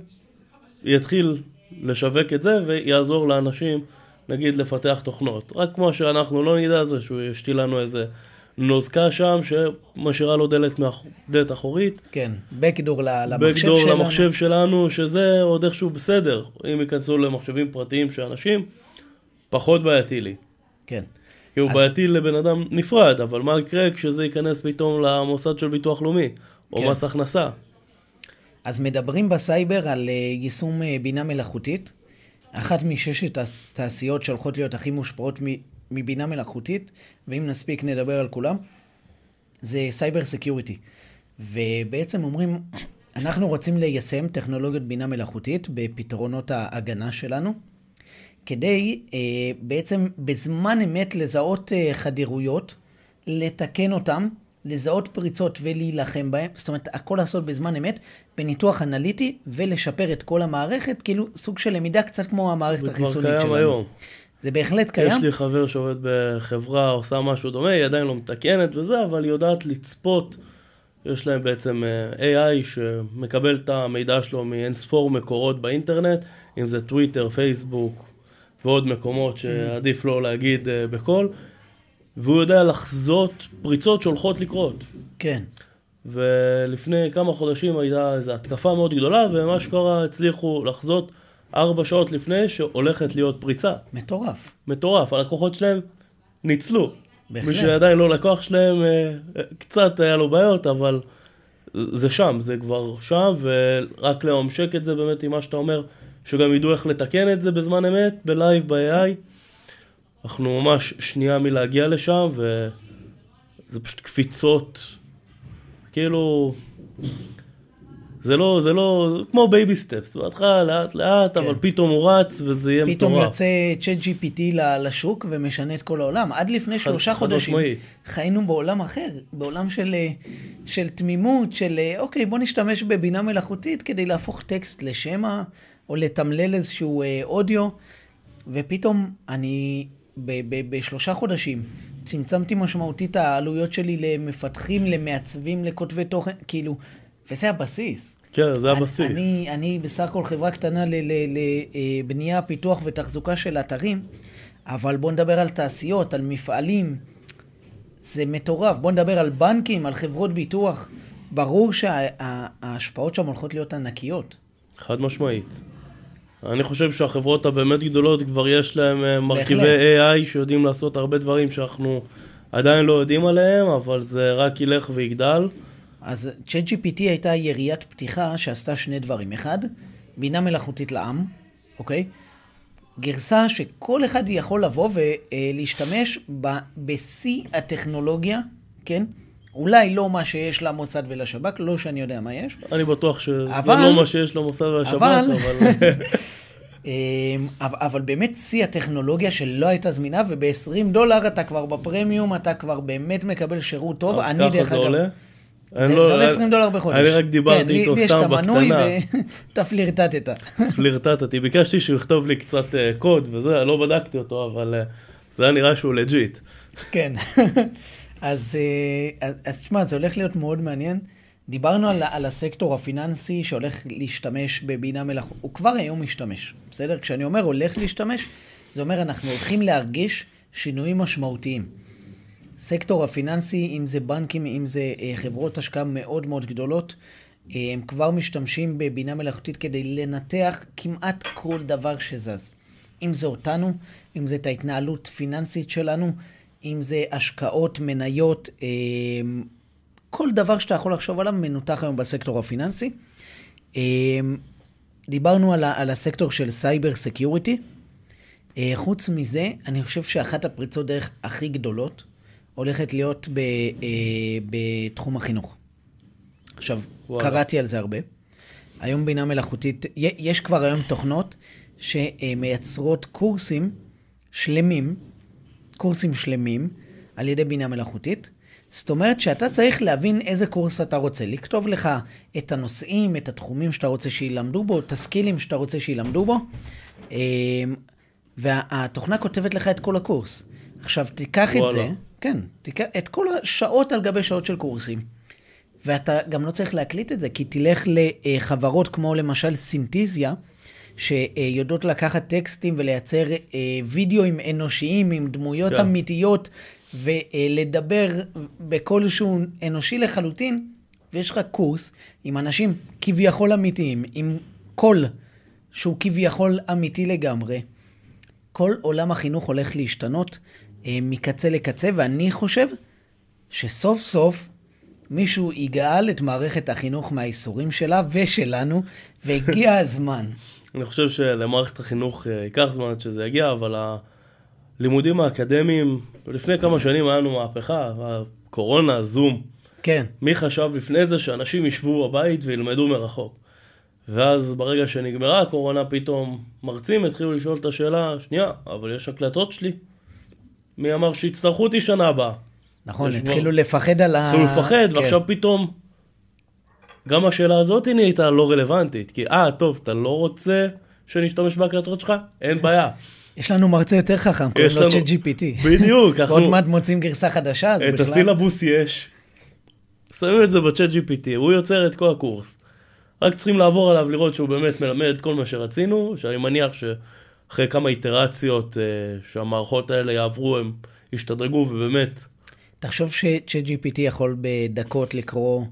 ויתחיל לשווק את זה, ויעזור לאנשים, נגיד, לפתח תוכנות. רק כמו שאנחנו לא נדע זה, שהוא ישתיל לנו איזה נוזקה שם, שמשאירה לו דלת, מאח... דלת אחורית. כן, בקדור למחשב בקדור שלנו. בקדור למחשב שלנו, שזה עוד איכשהו בסדר. אם ייכנסו למחשבים פרטיים של אנשים, פחות בעייתי לי. כן. כי הוא אז... בעייתי לבן אדם נפרד, אבל מה יקרה כשזה ייכנס פתאום למוסד של ביטוח לאומי, או כן. מס הכנסה? אז מדברים בסייבר על יישום בינה מלאכותית. אחת מששת התעשיות שהולכות להיות הכי מושפעות מבינה מלאכותית, ואם נספיק נדבר על כולם, זה סייבר סקיוריטי. ובעצם אומרים, אנחנו רוצים ליישם טכנולוגיות בינה מלאכותית בפתרונות ההגנה שלנו, כדי אה, בעצם בזמן אמת לזהות אה, חדירויות, לתקן אותם, לזהות פריצות ולהילחם בהם, זאת אומרת, הכל לעשות בזמן אמת, בניתוח אנליטי, ולשפר את כל המערכת, כאילו סוג של למידה קצת כמו המערכת החיסונית שלנו. זה כבר קיים היום. זה בהחלט קיים. יש לי חבר שעובד בחברה, עושה משהו דומה, היא עדיין לא מתקנת וזה, אבל היא יודעת לצפות, יש להם בעצם איי איי שמקבל את המידע שלו מאין ספור מקורות באינטרנט, אם זה טוויטר, פייסבוק, ועוד מקומות שעדיף לו להגיד בכל, והוא יודע לחזות פריצות שהולכות לקרות. כן. ולפני כמה חודשים הייתה איזו התקפה מאוד גדולה, ומה שקרה הצליחו לחזות ארבע שעות לפני שהולכת להיות פריצה. מטורף. מטורף. הלקוחות שלהם ניצלו. בהחלט. מי שעדיין לא לקוח שלהם, קצת היה לו בעיות, אבל זה שם, זה כבר שם, ורק להמשק את זה באמת עם מה שאתה אומר, שגם ידעו איך לתקן את זה בזמן אמת, בלייב, ב-איי איי. אנחנו ממש שנייה מלהגיע לשם, וזה פשוט קפיצות, כאילו, זה לא, זה לא, כמו בייבי סטפס, בהתחלה לאט לאט, כן. אבל פתאום הוא רץ, וזה יהיה מטורף. פתאום יוצא צ'אט ג'י פי טי לשוק, ומשנה את כל העולם. עד לפני שלושה חודשים, חיינו בעולם אחר, בעולם של, של תמימות, של, אוקיי, בוא נשתמש בבינה מלאכותית, כדי להפוך טקסט לשמה, או לתמלל איזשהו אודיו, ופתאום אני... ב- ב- בשלושה חודשים צמצמתי משמעותית העלויות שלי למפתחים, למעצבים, לכותבי תוכן, כאילו, וזה הבסיס. כן, זה הבסיס. אני, אני, אני בסך הכל חברה קטנה לבנייה, פיתוח ותחזוקה של אתרים, אבל בוא נדבר על תעשיות, על מפעלים, זה מטורף. בוא נדבר על בנקים, על חברות ביטוח. ברור שההשפעות שם הולכות להיות ענקיות. חד משמעית. אני חושב שהחברות הבאמת גדולות כבר יש להם מרכיבי איי איי שיודעים לעשות הרבה דברים שאנחנו עדיין לא יודעים עליהם, אבל זה רק ילך ויגדל. אז צ'אט ג'י פי טי הייתה יריית פתיחה שעשתה שני דברים. אחד, בינה מלאכותית לעם, אוקיי? גרסה שכל אחד יכול לבוא ולהשתמש בשיא הטכנולוגיה, כן? אולי לא מה שיש למוסד ולשב"כ, לא שאני יודע מה יש. אני בטוח שזה לא מה שיש למוסד ולשב"כ, אבל... אבל באמת שיא הטכנולוגיה שלא הייתה זמינה, וב-עשרים דולר אתה כבר בפרמיום, אתה כבר באמת מקבל שירות טוב. אז ככה זה עולה? זה עולה עשרים דולר בחודש. אני רק דיברתי איתו סתם בקטנה. אתה פלירטטת. פלירטטתי, ביקשתי שהוא יכתוב לי קצת קוד וזה, לא בדקתי אותו, אבל זה היה נראה שהוא לג'יט. כן. אז, אז, אז תשמע, זה הולך להיות מאוד מעניין. דיברנו על, על הסקטור הפיננסי שהולך להשתמש בבינה מלאכותית. הוא כבר היום משתמש, בסדר? כשאני אומר הולך להשתמש, זה אומר אנחנו הולכים להרגיש שינויים משמעותיים. סקטור הפיננסי, אם זה בנקים, אם זה חברות השקעה מאוד מאוד גדולות, הם כבר משתמשים בבינה מלאכותית כדי לנתח כמעט כל דבר שזז. אם זה אותנו, אם זה את ההתנהלות פיננסית שלנו, אם זה השקעות, מניות, כל דבר שאתה יכול לחשוב עליו מנותח היום בסקטור הפיננסי. דיברנו על, על הסקטור של סייבר סקיוריטי. חוץ מזה, אני חושב שאחת הפריצות דרך הכי גדולות הולכת להיות ב, בתחום החינוך. עכשיו, וואלה. קראתי על זה הרבה. היום בינה מלאכותית, יש כבר היום תוכנות שמייצרות קורסים שלמים, קורסים שלמים על ידי בינה מלאכותית. זאת אומרת שאתה צריך להבין איזה קורס אתה רוצה, לכתוב לך את הנושאים, את התחומים שאתה רוצה שילמדו בו, את הסקילים שאתה רוצה שילמדו בו, והתוכנה כותבת לך את כל הקורס. עכשיו, תיקח וואלה. את זה, כן, תיקח את כל השעות על גבי שעות של קורסים, ואתה גם לא צריך להקליט את זה, כי תלך לחברות כמו למשל סינתיזיה, שיודעות לקחת טקסטים ולייצר וידאוים אנושיים עם דמויות כן. אמיתיות, ולדבר בקול שהוא אנושי לחלוטין, ויש לך קורס עם אנשים כביכול אמיתיים, עם קול שהוא כביכול אמיתי לגמרי. כל עולם החינוך הולך להשתנות מקצה לקצה, ואני חושב שסוף סוף מישהו יגאל את מערכת החינוך מהאיסורים שלה ושלנו, והגיע הזמן. אני חושב שלמערכת החינוך ייקח זמן שזה יגיע, אבל הלימודים האקדמיים, לפני כמה שנים היה לנו מהפכה, הקורונה, זום. כן. מי חשב לפני זה שאנשים ישבו בבית וילמדו מרחוק? ואז ברגע שנגמרה הקורונה, פתאום מרצים התחילו לשאול את השאלה, שנייה, אבל יש הקלטות שלי. מי אמר שיצטרכו אותי שנה הבאה? נכון, התחילו לפחד על ה... התחילו לפחד, ועכשיו פתאום, גם השאלה הזאת נהייתה לא רלוונטית, כי אה, טוב, אתה לא רוצה שנשתמש בהקלטות שלך? אין בעיה. יש לנו מרצה יותר חכם, קוראים לו צ'אט ג'י פי טי. בדיוק. ועוד מעט מוצאים גרסה חדשה, אז בכלל... את הסילבוס יש. שמים את זה בצ'אט ג'י פי טי, הוא יוצר את כל הקורס. רק צריכים לעבור עליו, לראות שהוא באמת מלמד את כל מה שרצינו, שאני מניח שאחרי כמה איטרציות שהמערכות האלה יעברו, הם ישתדרגו, ובאמת... תחשוב שצ'אט ג'י פי טי יכול בדקות לקרוא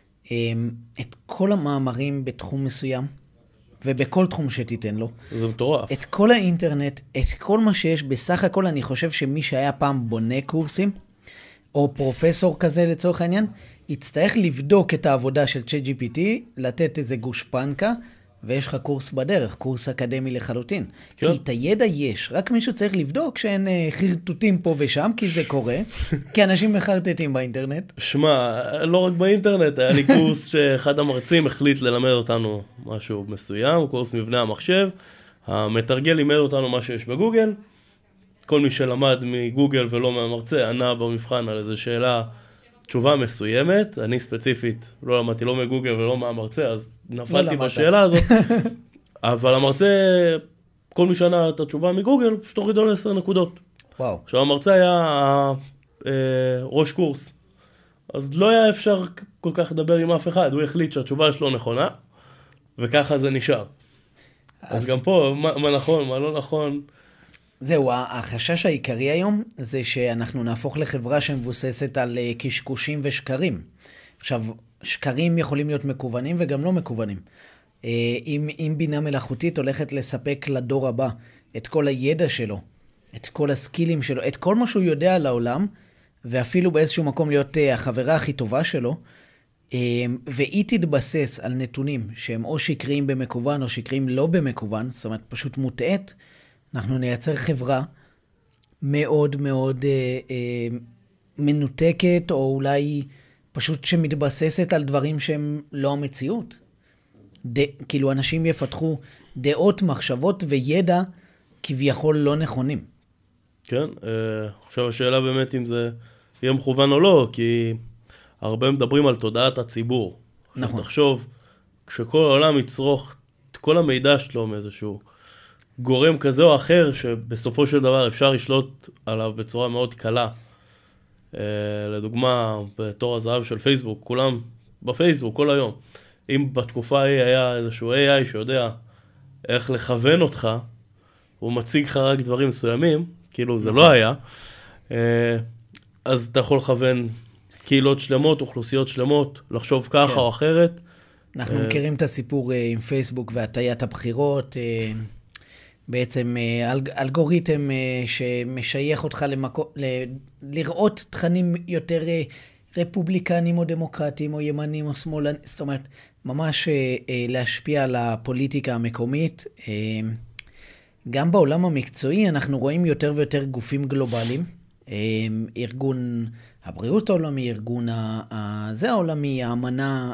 את כל המאמרים בתחום מסוים, ובכל תחום שתיתן לו. זה מטורף. את כל האינטרנט, את כל מה שיש, בסך הכל אני חושב שמי שהיה פעם בונה קורסים, או פרופסור כזה לצורך העניין, יצטרך לבדוק את העבודה של צ'אט ג'י פי טי, לתת איזה גושפנקה, ויש לך קורס בדרך, קורס אקדמי לחלוטין. כן. כי את הידע יש, רק מישהו צריך לבדוק שאין חרטוטים פה ושם, כי זה קורה, כי אנשים מחרטטים באינטרנט. שמע, לא רק באינטרנט, היה לי קורס שאחד המרצים החליט ללמד אותנו משהו מסוים, קורס מבנה המחשב, המתרגל לימד אותנו מה שיש בגוגל, כל מי שלמד מגוגל ולא מהמרצה ענה במבחן על איזו שאלה, תשובה מסוימת, אני ספציפית לא למדתי לא מגוגל ולא מהמרצה, אז נפלתי לא בשאלה הזאת, אבל המרצה, כל מי שענה את התשובה מגוגל, פשוט הורידו לעשר נקודות. וואו. עכשיו המרצה היה אה, ראש קורס, אז לא היה אפשר כל כך לדבר עם אף אחד, הוא החליט שהתשובה שלו נכונה, וככה זה נשאר. אז, אז גם פה, מה, מה נכון, מה לא נכון... זהו, החשש העיקרי היום זה שאנחנו נהפוך לחברה שמבוססת על קשקושים ושקרים. עכשיו, שקרים יכולים להיות מקוונים וגם לא מקוונים. אם, אם בינה מלאכותית הולכת לספק לדור הבא את כל הידע שלו, את כל הסקילים שלו, את כל מה שהוא יודע על העולם, ואפילו באיזשהו מקום להיות החברה הכי טובה שלו, והיא תתבסס על נתונים שהם או שקריים במקוון או שקריים לא במקוון, זאת אומרת פשוט מוטעת, אנחנו נייצר חברה מאוד מאוד אה, אה, מנותקת, או אולי פשוט שמתבססת על דברים שהם לא המציאות. ד, כאילו אנשים יפתחו דעות, מחשבות וידע כביכול לא נכונים. כן, אה, עכשיו השאלה באמת אם זה יהיה מכוון או לא, כי הרבה מדברים על תודעת הציבור. נכון. תחשוב, כשכל העולם יצרוך את כל המידע שלו מאיזשהו גורם כזה או אחר, שבסופו של דבר אפשר לשלוט עליו בצורה מאוד קלה. לדוגמה, בתור הזהב של פייסבוק, כולם בפייסבוק כל היום. אם בתקופה ההיא היה איזשהו איי איי שיודע איך לכוון אותך, הוא מציג לך רק דברים מסוימים, כאילו זה לא היה, אז אתה יכול לכוון קהילות שלמות, אוכלוסיות שלמות, לחשוב ככה או אחרת. אנחנו מכירים את הסיפור עם פייסבוק והטיית הבחירות, בעצם אלג, אלגוריתם שמשייך אותך למקו, ל, לראות תכנים יותר רפובליקנים או דמוקרטיים או ימנים או שמאלנים, זאת אומרת, ממש להשפיע על הפוליטיקה המקומית. גם בעולם המקצועי אנחנו רואים יותר ויותר גופים גלובליים, ארגון הבריאות העולמי, ארגון זה העולמי, האמנה,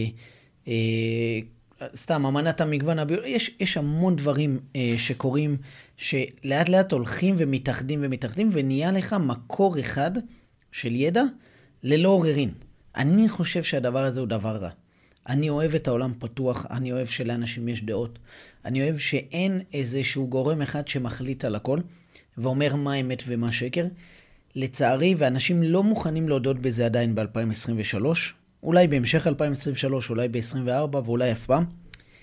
סתם, אמנת המגוון הביולוגי, יש, יש המון דברים שקורים, שלאט לאט הולכים ומתאחדים ומתאחדים, ונהיה לך מקור אחד של ידע ללא עוררין. אני חושב שהדבר הזה הוא דבר רע. אני אוהב את העולם פתוח, אני אוהב שלאנשים יש דעות, אני אוהב שאין איזשהו גורם אחד שמחליט על הכל, ואומר מה אמת ומה שקר. לצערי, ואנשים לא מוכנים להודות בזה עדיין ב-אלפיים עשרים ושלוש, אולי בהמשך אלפיים עשרים ושלוש, אולי ב-עשרים וארבע, ואולי אף פעם.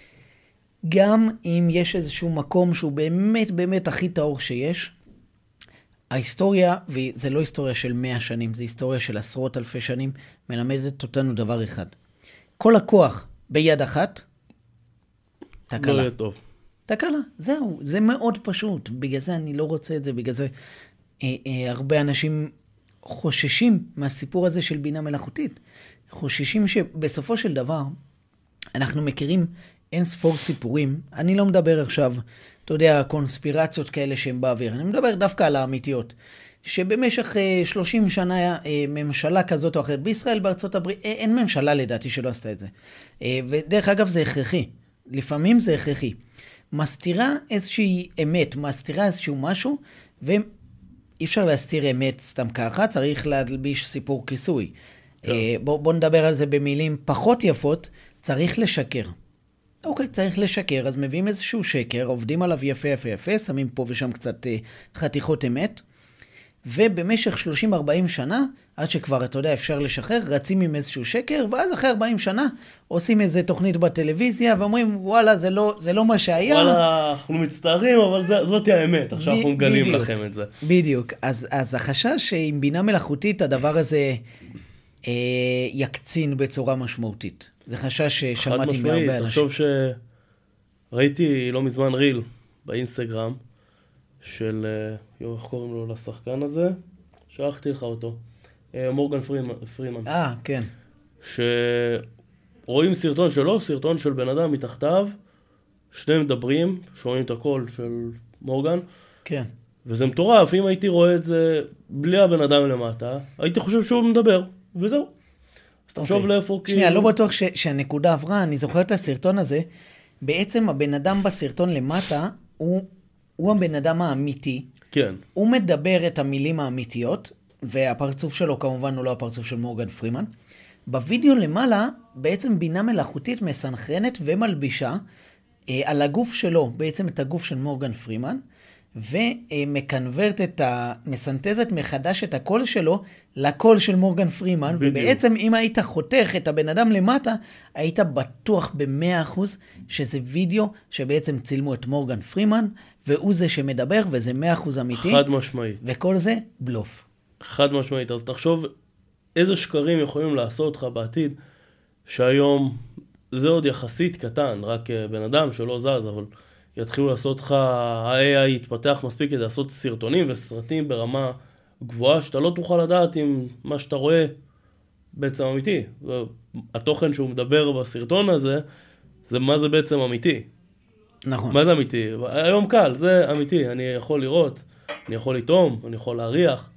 גם אם יש איזשהו מקום שהוא באמת באמת הכי טהור שיש, ההיסטוריה, וזה לא היסטוריה של מאה שנים, זה היסטוריה של עשרות אלפי שנים, מלמדת אותנו דבר אחד. כל הכוח ביד אחת, תקלה. לא יהיה טוב. תקלה, זהו, זה מאוד פשוט. בגלל זה אני לא רוצה את זה, בגלל זה אה, אה, הרבה אנשים חוששים מהסיפור הזה של בינה מלאכותית. חוששים שבסופו של דבר, אנחנו מכירים אין ספור סיפורים. אני לא מדבר עכשיו, אתה יודע, קונספירציות כאלה שהן באוויר. אני מדבר דווקא על האמיתיות. שבמשך שלושים שנה ממשלה כזאת או אחרת, בישראל, בארצות הברית, אין ממשלה לדעתי שלא עשתה את זה. ודרך אגב זה הכרחי. לפעמים זה הכרחי. מסתירה איזושהי אמת, מסתירה איזשהו משהו, ואי אפשר להסתיר אמת סתם ככה, צריך להלביש סיפור כיסוי. בוא, בוא נדבר על זה במילים פחות יפות, צריך לשקר. אוקיי, צריך לשקר, אז מביאים איזשהו שקר, עובדים עליו יפה יפה יפה, שמים פה ושם קצת חתיכות אמת, ובמשך שלושים ארבעים שנה, עד שכבר, אתה יודע, אפשר לשחרר, רצים עם איזשהו שקר, ואז אחרי ארבעים שנה, עושים איזה תוכנית בטלוויזיה, ואומרים, וואלה, זה לא, זה לא מה שהיה. וואלה, אנחנו מצטערים, אבל זה, זאת האמת, עכשיו אנחנו מגלים בדיוק, לכם את זה. בדיוק. אז, אז החשש שעם בינה מלאכותית, הדבר הזה אה, יקצין בצורה משמעותית. זה חשש ששמעתי מהרבה אנשים. תחשוב שראיתי לא מזמן ריל באינסטגרם, של, איך קוראים לו לשחקן הזה? שלחתי לך אותו. מורגן פרימן. אה, כן. שרואים סרטון שלו, סרטון של בן אדם מתחתיו, שניהם מדברים, שומעים את הקול של מורגן. כן. וזה מטורף, אם הייתי רואה את זה בלי הבן אדם למטה, הייתי חושב שהוא מדבר, וזהו. אז תחשוב okay. לאיפה כאילו... שנייה, לא בטוח ש- שהנקודה עברה, אני זוכר את הסרטון הזה, בעצם הבן אדם בסרטון למטה, הוא... הוא הבן אדם האמיתי. כן. הוא מדבר את המילים האמיתיות, והפרצוף שלו כמובן הוא לא הפרצוף של מורגן פרימן. בווידאו למעלה, בעצם בינה מלאכותית מסנכרנת ומלבישה אה, על הגוף שלו, בעצם את הגוף של מורגן פרימן, ומקנברט את ה... מסנטזת מחדש את הקול שלו לקול של מורגן פרימן, בדיוק. ובעצם אם היית חותך את הבן אדם למטה, היית בטוח במאה אחוז שזה וידאו שבעצם צילמו את מורגן פרימן, והוא זה שמדבר, וזה מאה אחוז אמיתי. חד משמעית. וכל זה בלוף. חד משמעית. אז תחשוב איזה שקרים יכולים לעשות לך בעתיד, שהיום זה עוד יחסית קטן, רק בן אדם שלא זז, אבל יתחילו לעשות לך, ה-איי איי יתפתח מספיק כדי לעשות סרטונים וסרטים ברמה גבוהה, שאתה לא תוכל לדעת אם מה שאתה רואה בעצם אמיתי. התוכן שהוא מדבר בסרטון הזה, זה מה זה בעצם אמיתי. נכון. מה זה אמיתי? היום קל, זה אמיתי. אני יכול לראות, אני יכול לטעום, אני יכול להריח.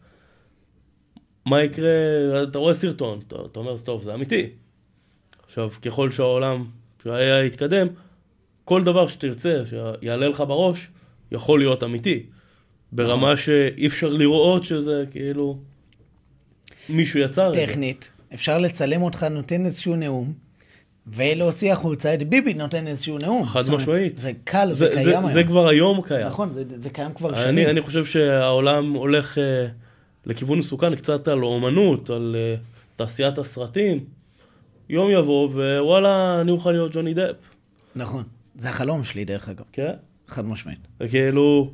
מה יקרה? אתה רואה סרטון, אתה, אתה אומר, טוב, זה אמיתי. עכשיו, ככל שהעולם, שה-איי איי יתקדם, כל דבר שתרצה, שיעלה לך בראש, יכול להיות אמיתי. ברמה שאי אפשר לראות שזה כאילו מישהו יצר. טכנית, אפשר לצלם אותך נותן איזשהו נאום, ולהוציא החוצה את ביבי נותן איזשהו נאום. חד משמעית. זה קל, זה, זה קיים זה, היום. זה כבר היום קיים. נכון, זה, זה קיים כבר שנים. אני, אני חושב שהעולם הולך uh, לכיוון מסוכן קצת על אומנות, על uh, תעשיית הסרטים. יום יבוא, ווואלה, אני אוכל להיות ג'וני דאפ. נכון. זה החלום שלי דרך אגב. כן? חד משמעית. וכאילו,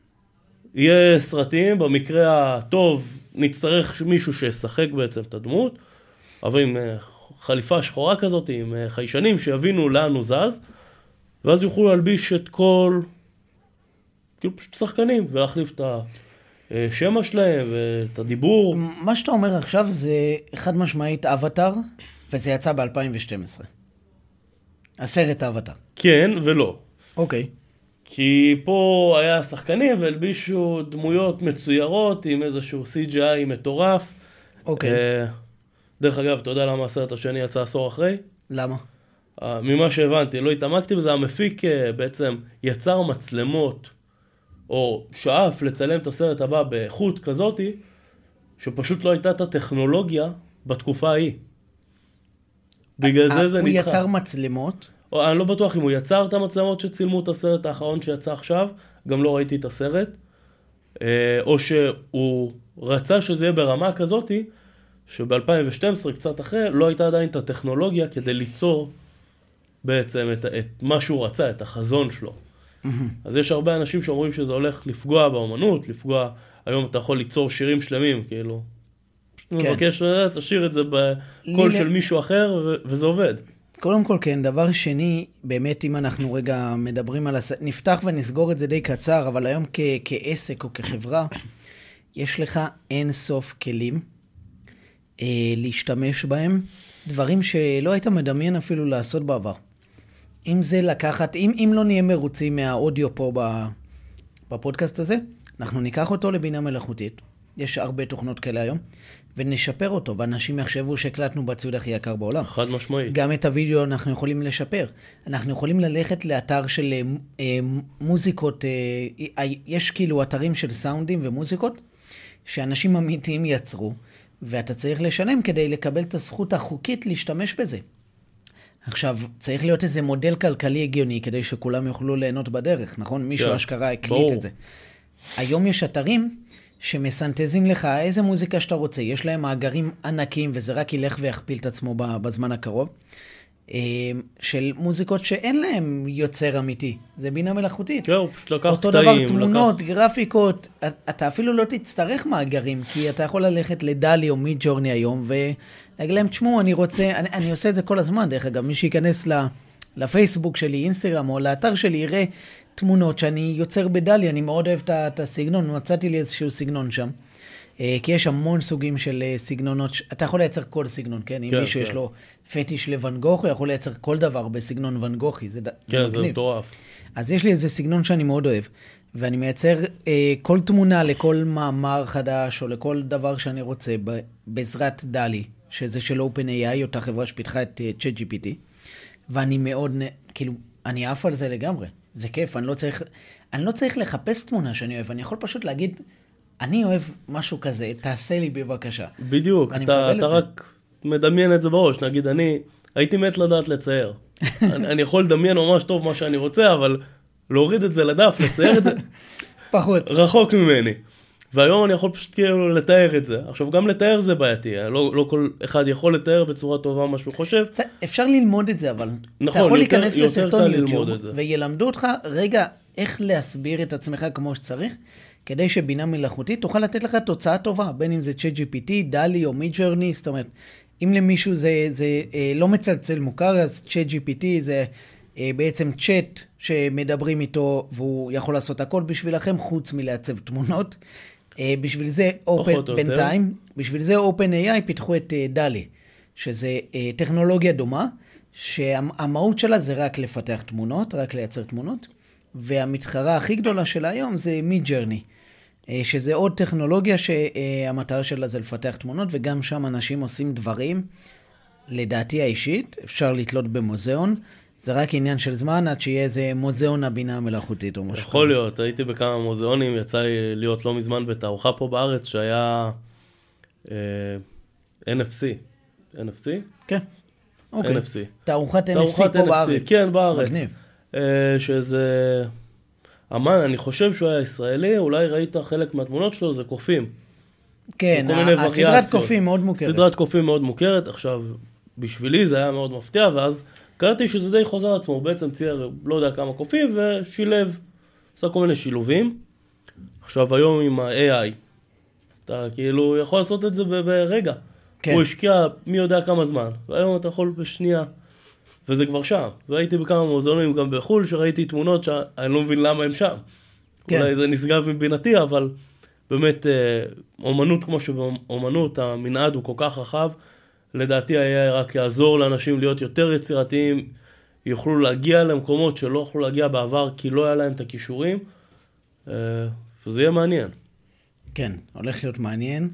יהיה סרטים, במקרה הטוב נצטרך מישהו שישחק בעצם את הדמות, אבל עם uh, חליפה שחורה כזאת, עם uh, חיישנים שיבינו לאן הוא זז, ואז יוכלו להלביש את כל כאילו פשוט שחקנים, ולהחליף את השם שלהם ואת הדיבור. מה שאתה אומר עכשיו זה חד משמעית אבטר, וזה יצא ב-אלפיים ושתים עשרה. הסרט אבטר. כן ולא. אוקיי. כי פה היה שחקנים והלבישו דמויות מצוירות עם איזשהו סי ג'י איי מטורף. אוקיי. דרך אגב, אתה יודע למה הסרט השני יצא עשור אחרי? למה? ממה שהבנתי, לא התעמקתי בזה, המפיק בעצם יצר מצלמות, או שאף לצלם את הסרט הבא באיכות כזאתי, שפשוט לא הייתה את הטכנולוגיה בתקופה ההיא. בגלל זה זה נדחה. הוא יצר מצלמות? או, אני לא בטוח אם הוא יצר את המצלמות שצילמו את הסרט האחרון שיצא עכשיו, גם לא ראיתי את הסרט, או שהוא רצה שזה יהיה ברמה כזאתי, שב-אלפיים ושתים עשרה, קצת אחרי, לא הייתה עדיין את הטכנולוגיה כדי ליצור בעצם את, את מה שהוא רצה, את החזון שלו. Mm-hmm. אז יש הרבה אנשים שאומרים שזה הולך לפגוע באומנות, לפגוע, היום אתה יכול ליצור שירים שלמים, כאילו. פשוט כן. מבקש, תשאיר את זה בקול של מישהו אחר, ו- וזה עובד. קודם כל כן, דבר שני, באמת אם אנחנו רגע מדברים על הס... נפתח ונסגור את זה די קצר, אבל היום כ- כעסק או כחברה, יש לך אין סוף כלים אה, להשתמש בהם, דברים שלא היית מדמיין אפילו לעשות בעבר. אם זה לקחת, אם, אם לא נהיה מרוצים מהאודיו פה בפודקאסט הזה, אנחנו ניקח אותו לבינה מלאכותית. יש הרבה תוכנות כאלה היום, ונשפר אותו, ואנשים יחשבו שהקלטנו בציוד הכי יקר בעולם. חד משמעית. גם את הוידאו אנחנו יכולים לשפר. אנחנו יכולים ללכת לאתר של אה, מוזיקות, אה, יש כאילו אתרים של סאונדים ומוזיקות, שאנשים אמיתיים יצרו, ואתה צריך לשלם כדי לקבל את הזכות החוקית להשתמש בזה. עכשיו, צריך להיות איזה מודל כלכלי הגיוני, כדי שכולם יוכלו ליהנות בדרך, נכון? מישהו אשכרה הקליט את זה. היום יש אתרים שמסנטזים לך איזה מוזיקה שאתה רוצה. יש להם מאגרים ענקים, וזה רק ילך ויכפיל את עצמו בזמן הקרוב, של מוזיקות שאין להם יוצר אמיתי. זה בינה מלאכותית. כן, הוא פשוט לקח אותו קטעים. דבר, תמונות, לקח... גרפיקות. אתה אפילו לא תצטרך מאגרים, כי אתה יכול ללכת לדלי או מידג'ורני היום, ולהגיד להם, תשמעו, אני רוצה, אני, אני עושה את זה כל הזמן, דרך אגב, מי שייכנס לפייסבוק שלי, אינסטגרם, או לאתר שלי, יראה תמונות שאני יוצר בדלי, אני מאוד אוהב את הסגנון, מצאתי לי איזשהו סגנון שם. כי יש המון סוגים של סגנונות, אתה יכול לייצר כל סגנון, כן? אם מישהו יש לו פטיש לוואן גוך, הוא יכול לייצר כל דבר בסגנון ואן גוכי, זה מגניב. כן, זה מטורף. אז יש לי איזה סגנון שאני מאוד אוהב, ואני מייצר כל תמונה לכל מאמר חדש, או לכל דבר שאני רוצה, בעזרת דלי, שזה של OpenAI, אותה חברה שפיתחה את ChatGPT, ואני מאוד, כאילו, אני עף על זה לגמרי. זה כיף, אני לא צריך, אני לא צריך לחפש תמונה שאני אוהב, אני יכול פשוט להגיד, אני אוהב משהו כזה, תעשה לי בבקשה. בדיוק, אתה, אתה רק מדמיין את זה בראש. נגיד, אני הייתי מת לדעת לצייר. אני, אני יכול לדמיין ממש טוב מה שאני רוצה, אבל להוריד את זה לדף, לצייר את זה, פחות. רחוק ממני. והיום אני יכול פשוט כאילו לתאר את זה. עכשיו, גם לתאר זה בעייתי. לא, לא כל אחד יכול לתאר בצורה טובה מה שהוא חושב. אפשר ללמוד את זה, אבל נכון, אתה יכול יותר, להיכנס יותר לסרטון יוטיוב, זה. וילמדו אותך רגע איך להסביר את עצמך כמו שצריך, כדי שבינה מלאכותית תוכל לתת לך תוצאה טובה, בין אם זה ChatGPT, דלי או מידג'ורני, זאת אומרת, אם למישהו זה, זה אה, לא מצלצל מוכר, אז ChatGPT זה אה, בעצם צ'אט שמדברים איתו, והוא יכול לעשות הכל בשבילכם, חוץ מלעצב תמונות. אה, בשביל זה, open, בינתיים, בשביל זה OpenAI פיתחו את אה, דלי, שזה אה, טכנולוגיה דומה, שהמהות שלה זה רק לפתח תמונות, רק לייצר תמונות, והמתחרה הכי גדולה שלה היום זה מידג'ורני, שזה עוד טכנולוגיה שהמטרה שלה זה לפתח תמונות, וגם שם אנשים עושים דברים, לדעתי האישית, אפשר לתלות במוזיאון, זה רק עניין של זמן עד שיהיה איזה מוזיאון הבינה המלאכותית או משהו. יכול להיות, הייתי בכמה מוזיאונים, יצא לי להיות לא מזמן בתערוכה פה בארץ, שהיה אה, אן אף סי. אן אף סי? כן. אוקיי. אן אף סי. תערוכת אן אף סי פה בארץ. כן, בארץ. מגניב. שזה אמן, אני חושב שהוא היה ישראלי, אולי ראית חלק מהתמונות שלו, זה קופים. כן, הסדרת קופים מאוד מוכרת. סדרת קופים מאוד מוכרת, עכשיו, בשבילי זה היה מאוד מפתיע, ואז קראתי שזה די חוזר עצמו, הוא בעצם צייר לא יודע כמה קופים, ושילב, עושה כל מיני שילובים. עכשיו, היום עם ה-איי איי, אתה כאילו יכול לעשות את זה ברגע. כן. הוא השקיע מי יודע כמה זמן, והיום אתה יכול בשנייה. וזה כבר שם. והייתי בכמה מוזיאונים גם בחול, שראיתי תמונות שאני לא מבין למה הם שם. כן. אולי זה נשגב מבינתי, אבל באמת, אומנות כמו שבאומנות, המנעד הוא כל כך רחב, לדעתי היה רק יעזור לאנשים להיות יותר יצירתיים, יוכלו להגיע למקומות שלא יכולו להגיע בעבר, כי לא היה להם את הכישורים, וזה יהיה מעניין. כן, הולך להיות מעניין.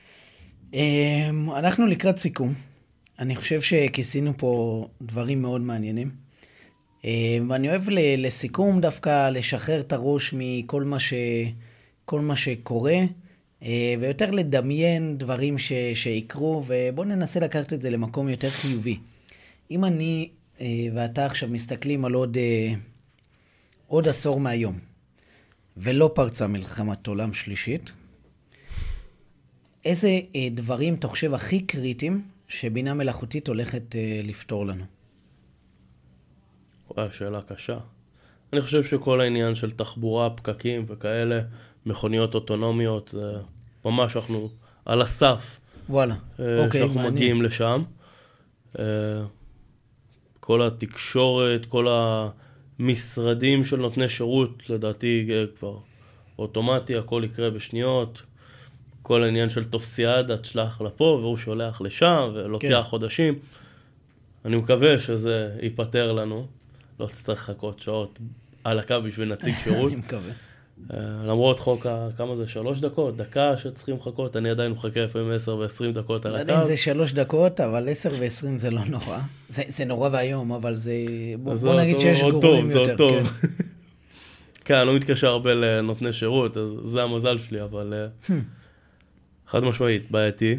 אנחנו לקראת סיכום. אני חושב שכיסינו פה דברים מאוד מעניינים. ואני אוהב לסיכום דווקא לשחרר את הראש מכל מה ש... כל מה שקורה, ויותר לדמיין דברים ש... שיקרו, ובואו ננסה לקחת את זה למקום יותר חיובי. אם אני ואתה עכשיו מסתכלים על עוד, עוד עשור מהיום, ולא פרצה מלחמת עולם שלישית, איזה דברים אתה חושב הכי קריטיים שבינה מלאכותית הולכת לפתור לנו? וואי, שאלה קשה. אני חושב שכל העניין של תחבורה, פקקים וכאלה, מכוניות אוטונומיות, זה ממש אנחנו על הסף. וואלה, אוקיי, שאנחנו מעניין. מגיעים לשם. כל התקשורת, כל המשרדים של נותני שירות, לדעתי כבר אוטומטי, הכל יקרה בשניות. כל העניין של טופסיאדה, תשלח לפה, והוא שולח לשם, ולוקח כן. חודשים. אני מקווה שזה ייפטר לנו. לא תצטרך לחכות שעות על הקו בשביל נציג שירות. אני מקווה. למרות חוק, כמה זה? שלוש דקות? דקה שצריכים לחכות? אני עדיין מחכה לפעמים עשר ועשרים דקות על הקו. לא יודע אם זה שלוש דקות, אבל עשר ועשרים זה לא נורא. זה, זה נורא והיום, אבל זה... בוא, בוא נגיד שיש גרועים יותר. זה עוד טוב. כן. כן, אני לא מתקשר הרבה לנותני שירות, אז זה המזל שלי, אבל... חד משמעית, בעייתי.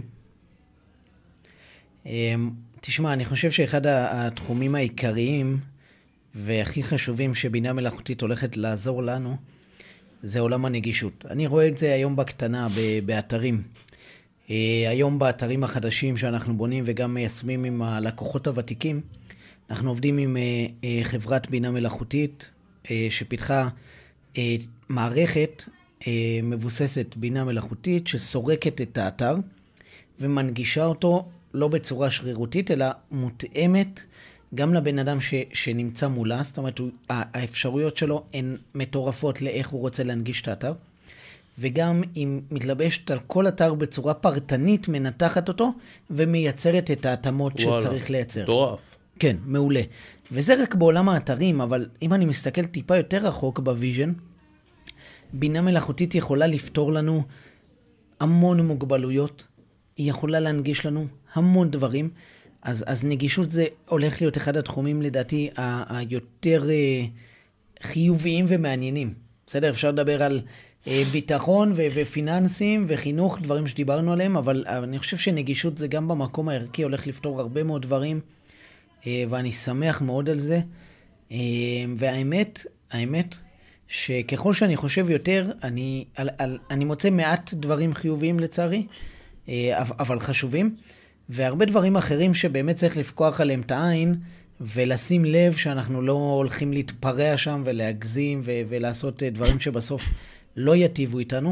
תשמע, אני חושב שאחד התחומים העיקריים והכי חשובים שבינה מלאכותית הולכת לעזור לנו, זה עולם הנגישות. אני רואה את זה היום בקטנה, באתרים. היום באתרים החדשים שאנחנו בונים וגם מיישמים עם הלקוחות הוותיקים, אנחנו עובדים עם חברת בינה מלאכותית שפיתחה מערכת מבוססת בינה מלאכותית שסורקת את האתר ומנגישה אותו לא בצורה שרירותית, אלא מותאמת גם לבן אדם ש, שנמצא מולה. זאת אומרת, הוא, האפשרויות שלו הן מטורפות לאיך הוא רוצה להנגיש את האתר, וגם היא מתלבשת על כל אתר בצורה פרטנית, מנתחת אותו ומייצרת את ההתאמות וואלה, שצריך לייצר. טורף. כן, מעולה. וזה רק בעולם האתרים, אבל אם אני מסתכל טיפה יותר רחוק בוויז'ן, בינה מלאכותית יכולה לפתור לנו המון מוגבלויות, היא יכולה להנגיש לנו המון דברים, אז, אז נגישות זה הולך להיות אחד התחומים לדעתי ה- היותר uh, חיוביים ומעניינים. בסדר, אפשר לדבר על uh, ביטחון ו- ופיננסים וחינוך, דברים שדיברנו עליהם, אבל uh, אני חושב שנגישות זה גם במקום הערכי הולך לפתור הרבה מאוד דברים, uh, ואני שמח מאוד על זה. Uh, והאמת, האמת, שככל שאני חושב יותר, אני, על, על, אני מוצא מעט דברים חיוביים לצערי, אבל חשובים, והרבה דברים אחרים שבאמת צריך לפקוח עליהם את העין, ולשים לב שאנחנו לא הולכים להתפרע שם ולהגזים, ו- ולעשות דברים שבסוף לא יטיבו איתנו.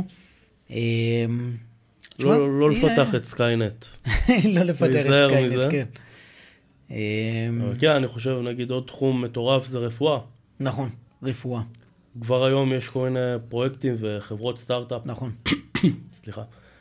לא, לא לפתח את סקיינט. לא לפתח את סקיינט, כן. כן, אני חושב, נגיד, עוד תחום מטורף זה רפואה. נכון, רפואה. כבר היום יש כל מיני פרויקטים וחברות סטארט-אפ. נכון. סליחה.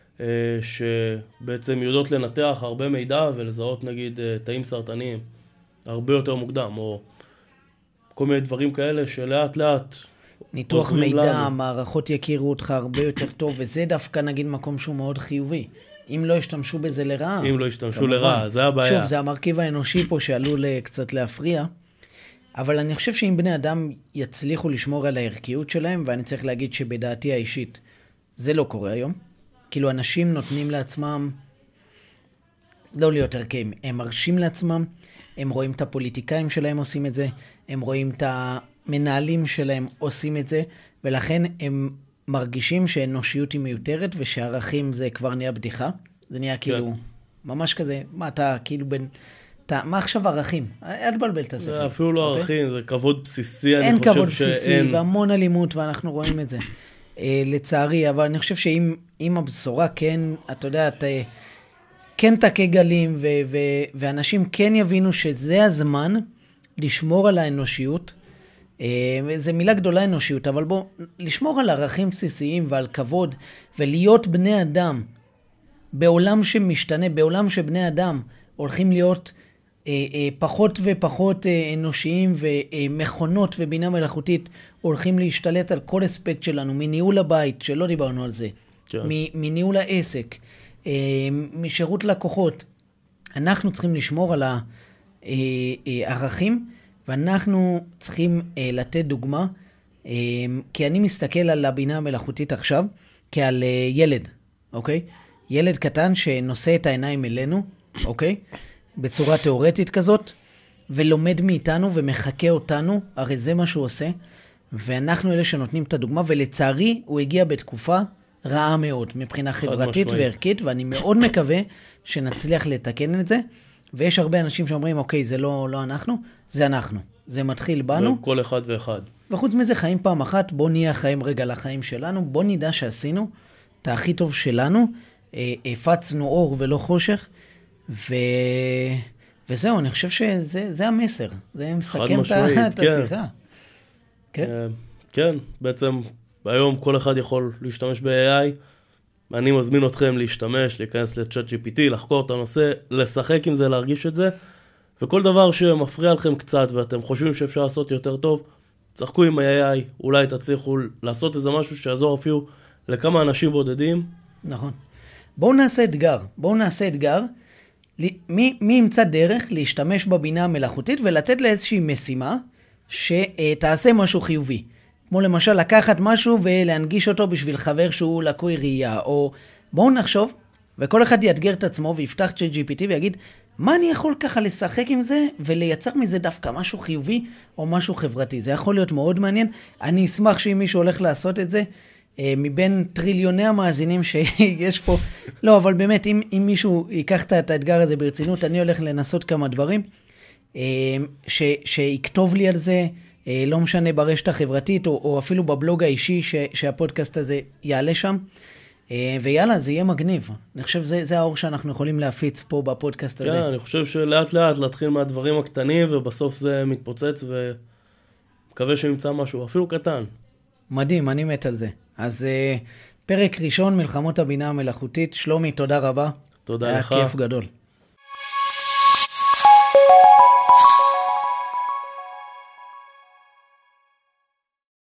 שבעצם יודעות לנתח הרבה מידע ולזהות נגיד תאים סרטניים הרבה יותר מוקדם, או כל מיני דברים כאלה שלאט לאט ניתוח מידע, לנו. מערכות יכירו אותך הרבה יותר טוב, וזה דווקא נגיד מקום שהוא מאוד חיובי. אם לא ישתמשו בזה לרעה. אם לא ישתמשו לרעה, זה הבעיה. שוב, זה המרכיב האנושי פה שעלול קצת להפריע, אבל אני חושב שאם בני אדם יצליחו לשמור על הערכיות שלהם, ואני צריך להגיד שבדעתי האישית, זה לא קורה היום. כאילו אנשים נותנים לעצמם, לא להיות ערכיים, הם מרשים לעצמם, הם רואים את הפוליטיקאים שלהם עושים את זה, הם רואים את המנהלים שלהם עושים את זה, ולכן הם מרגישים שאנושיות היא מיותרת, ושערכים זה כבר נהיה בדיחה. זה נהיה כאילו, כן. ממש כזה, מה אתה כאילו בין, אתה, מה עכשיו ערכים? אל תבלבל את השכל. זה אפילו לא ערכים, זה כבוד בסיסי, אני חושב שאין. אין כבוד בסיסי, והמון אלימות, ואנחנו רואים את זה. לצערי, אבל אני חושב שאם הבשורה כן, אתה יודע, אתה, כן תקה גלים, ו, ו, ואנשים כן יבינו שזה הזמן לשמור על האנושיות, זו מילה גדולה אנושיות, אבל בוא, לשמור על ערכים בסיסיים ועל כבוד, ולהיות בני אדם, בעולם שמשתנה, בעולם שבני אדם הולכים להיות אה, אה, פחות ופחות אה, אנושיים, ומכונות ובינה מלאכותית הולכים להשתלט על כל אספקט שלנו, מניהול הבית, שלא דיברנו על זה, כן. מניהול העסק, אה, משירות לקוחות. אנחנו צריכים לשמור על הערכים, ואנחנו צריכים אה, לתת דוגמה, אה, כי אני מסתכל על הבינה המלאכותית עכשיו, כעל אה, ילד, אוקיי? ילד קטן שנושא את העיניים אלינו, אוקיי? בצורה תיאורטית כזאת, ולומד מאיתנו ומחכה אותנו, הרי זה מה שהוא עושה, ואנחנו אלה שנותנים את הדוגמה, ולצערי הוא הגיע בתקופה רעה מאוד, מבחינה חברתית וערכית, ואני מאוד מקווה שנצליח לתקן את זה, ויש הרבה אנשים שאומרים, אוקיי, זה לא, לא אנחנו, זה אנחנו. זה מתחיל בנו. כל אחד ואחד. וחוץ מזה, חיים פעם אחת, בוא נהיה חיים רגע לחיים שלנו, בוא נדע שעשינו את הכי טוב שלנו, הפצנו אור ולא חושך, ו... וזהו, אני חושב שזה זה המסר. זה מסכם את השיחה. כן. כן, בעצם היום כל אחד יכול להשתמש ב-איי איי, אני מזמין אתכם להשתמש, להיכנס ל-צ'אט ג'י פי טי, לחקור את הנושא, לשחק עם זה, להרגיש את זה, וכל דבר שמפריע לכם קצת ואתם חושבים שאפשר לעשות יותר טוב, צחקו עם ה-איי איי, אולי תצליחו לעשות איזה משהו שיעזור אפילו לכמה אנשים בודדים. נכון. בואו נעשה אתגר, בואו נעשה אתגר, מי, מי ימצא דרך להשתמש בבינה המלאכותית ולתת לה איזושהי משימה שתעשה משהו חיובי. כמו למשל לקחת משהו ולהנגיש אותו בשביל חבר שהוא לקוי ראייה, או בואו נחשוב, וכל אחד יאתגר את עצמו ויפתח צ'אט ג'י פי טי ויגיד, מה אני יכול ככה לשחק עם זה ולייצר מזה דווקא משהו חיובי או משהו חברתי. זה יכול להיות מאוד מעניין. אני אשמח שאם מישהו הולך לעשות את זה, מבין טריליוני המאזינים שיש פה, לא, אבל באמת, אם, אם מישהו ייקח את האתגר הזה ברצינות, אני הולך לנסות כמה דברים, ש, שיכתוב לי על זה, לא משנה ברשת החברתית, או, או אפילו בבלוג האישי ש, שהפודקאסט הזה יעלה שם, ויאללה, זה יהיה מגניב. אני חושב שזה זה האור שאנחנו יכולים להפיץ פה בפודקאסט הזה. כן, אני חושב שלאט לאט להתחיל מהדברים הקטנים, ובסוף זה מתפוצץ, ומקווה שנמצא משהו, אפילו קטן. מדהים, אני מת על זה. אז פרק ראשון, מלחמות הבינה המלאכותית. שלומי, תודה רבה. תודה לך. היה כיף גדול.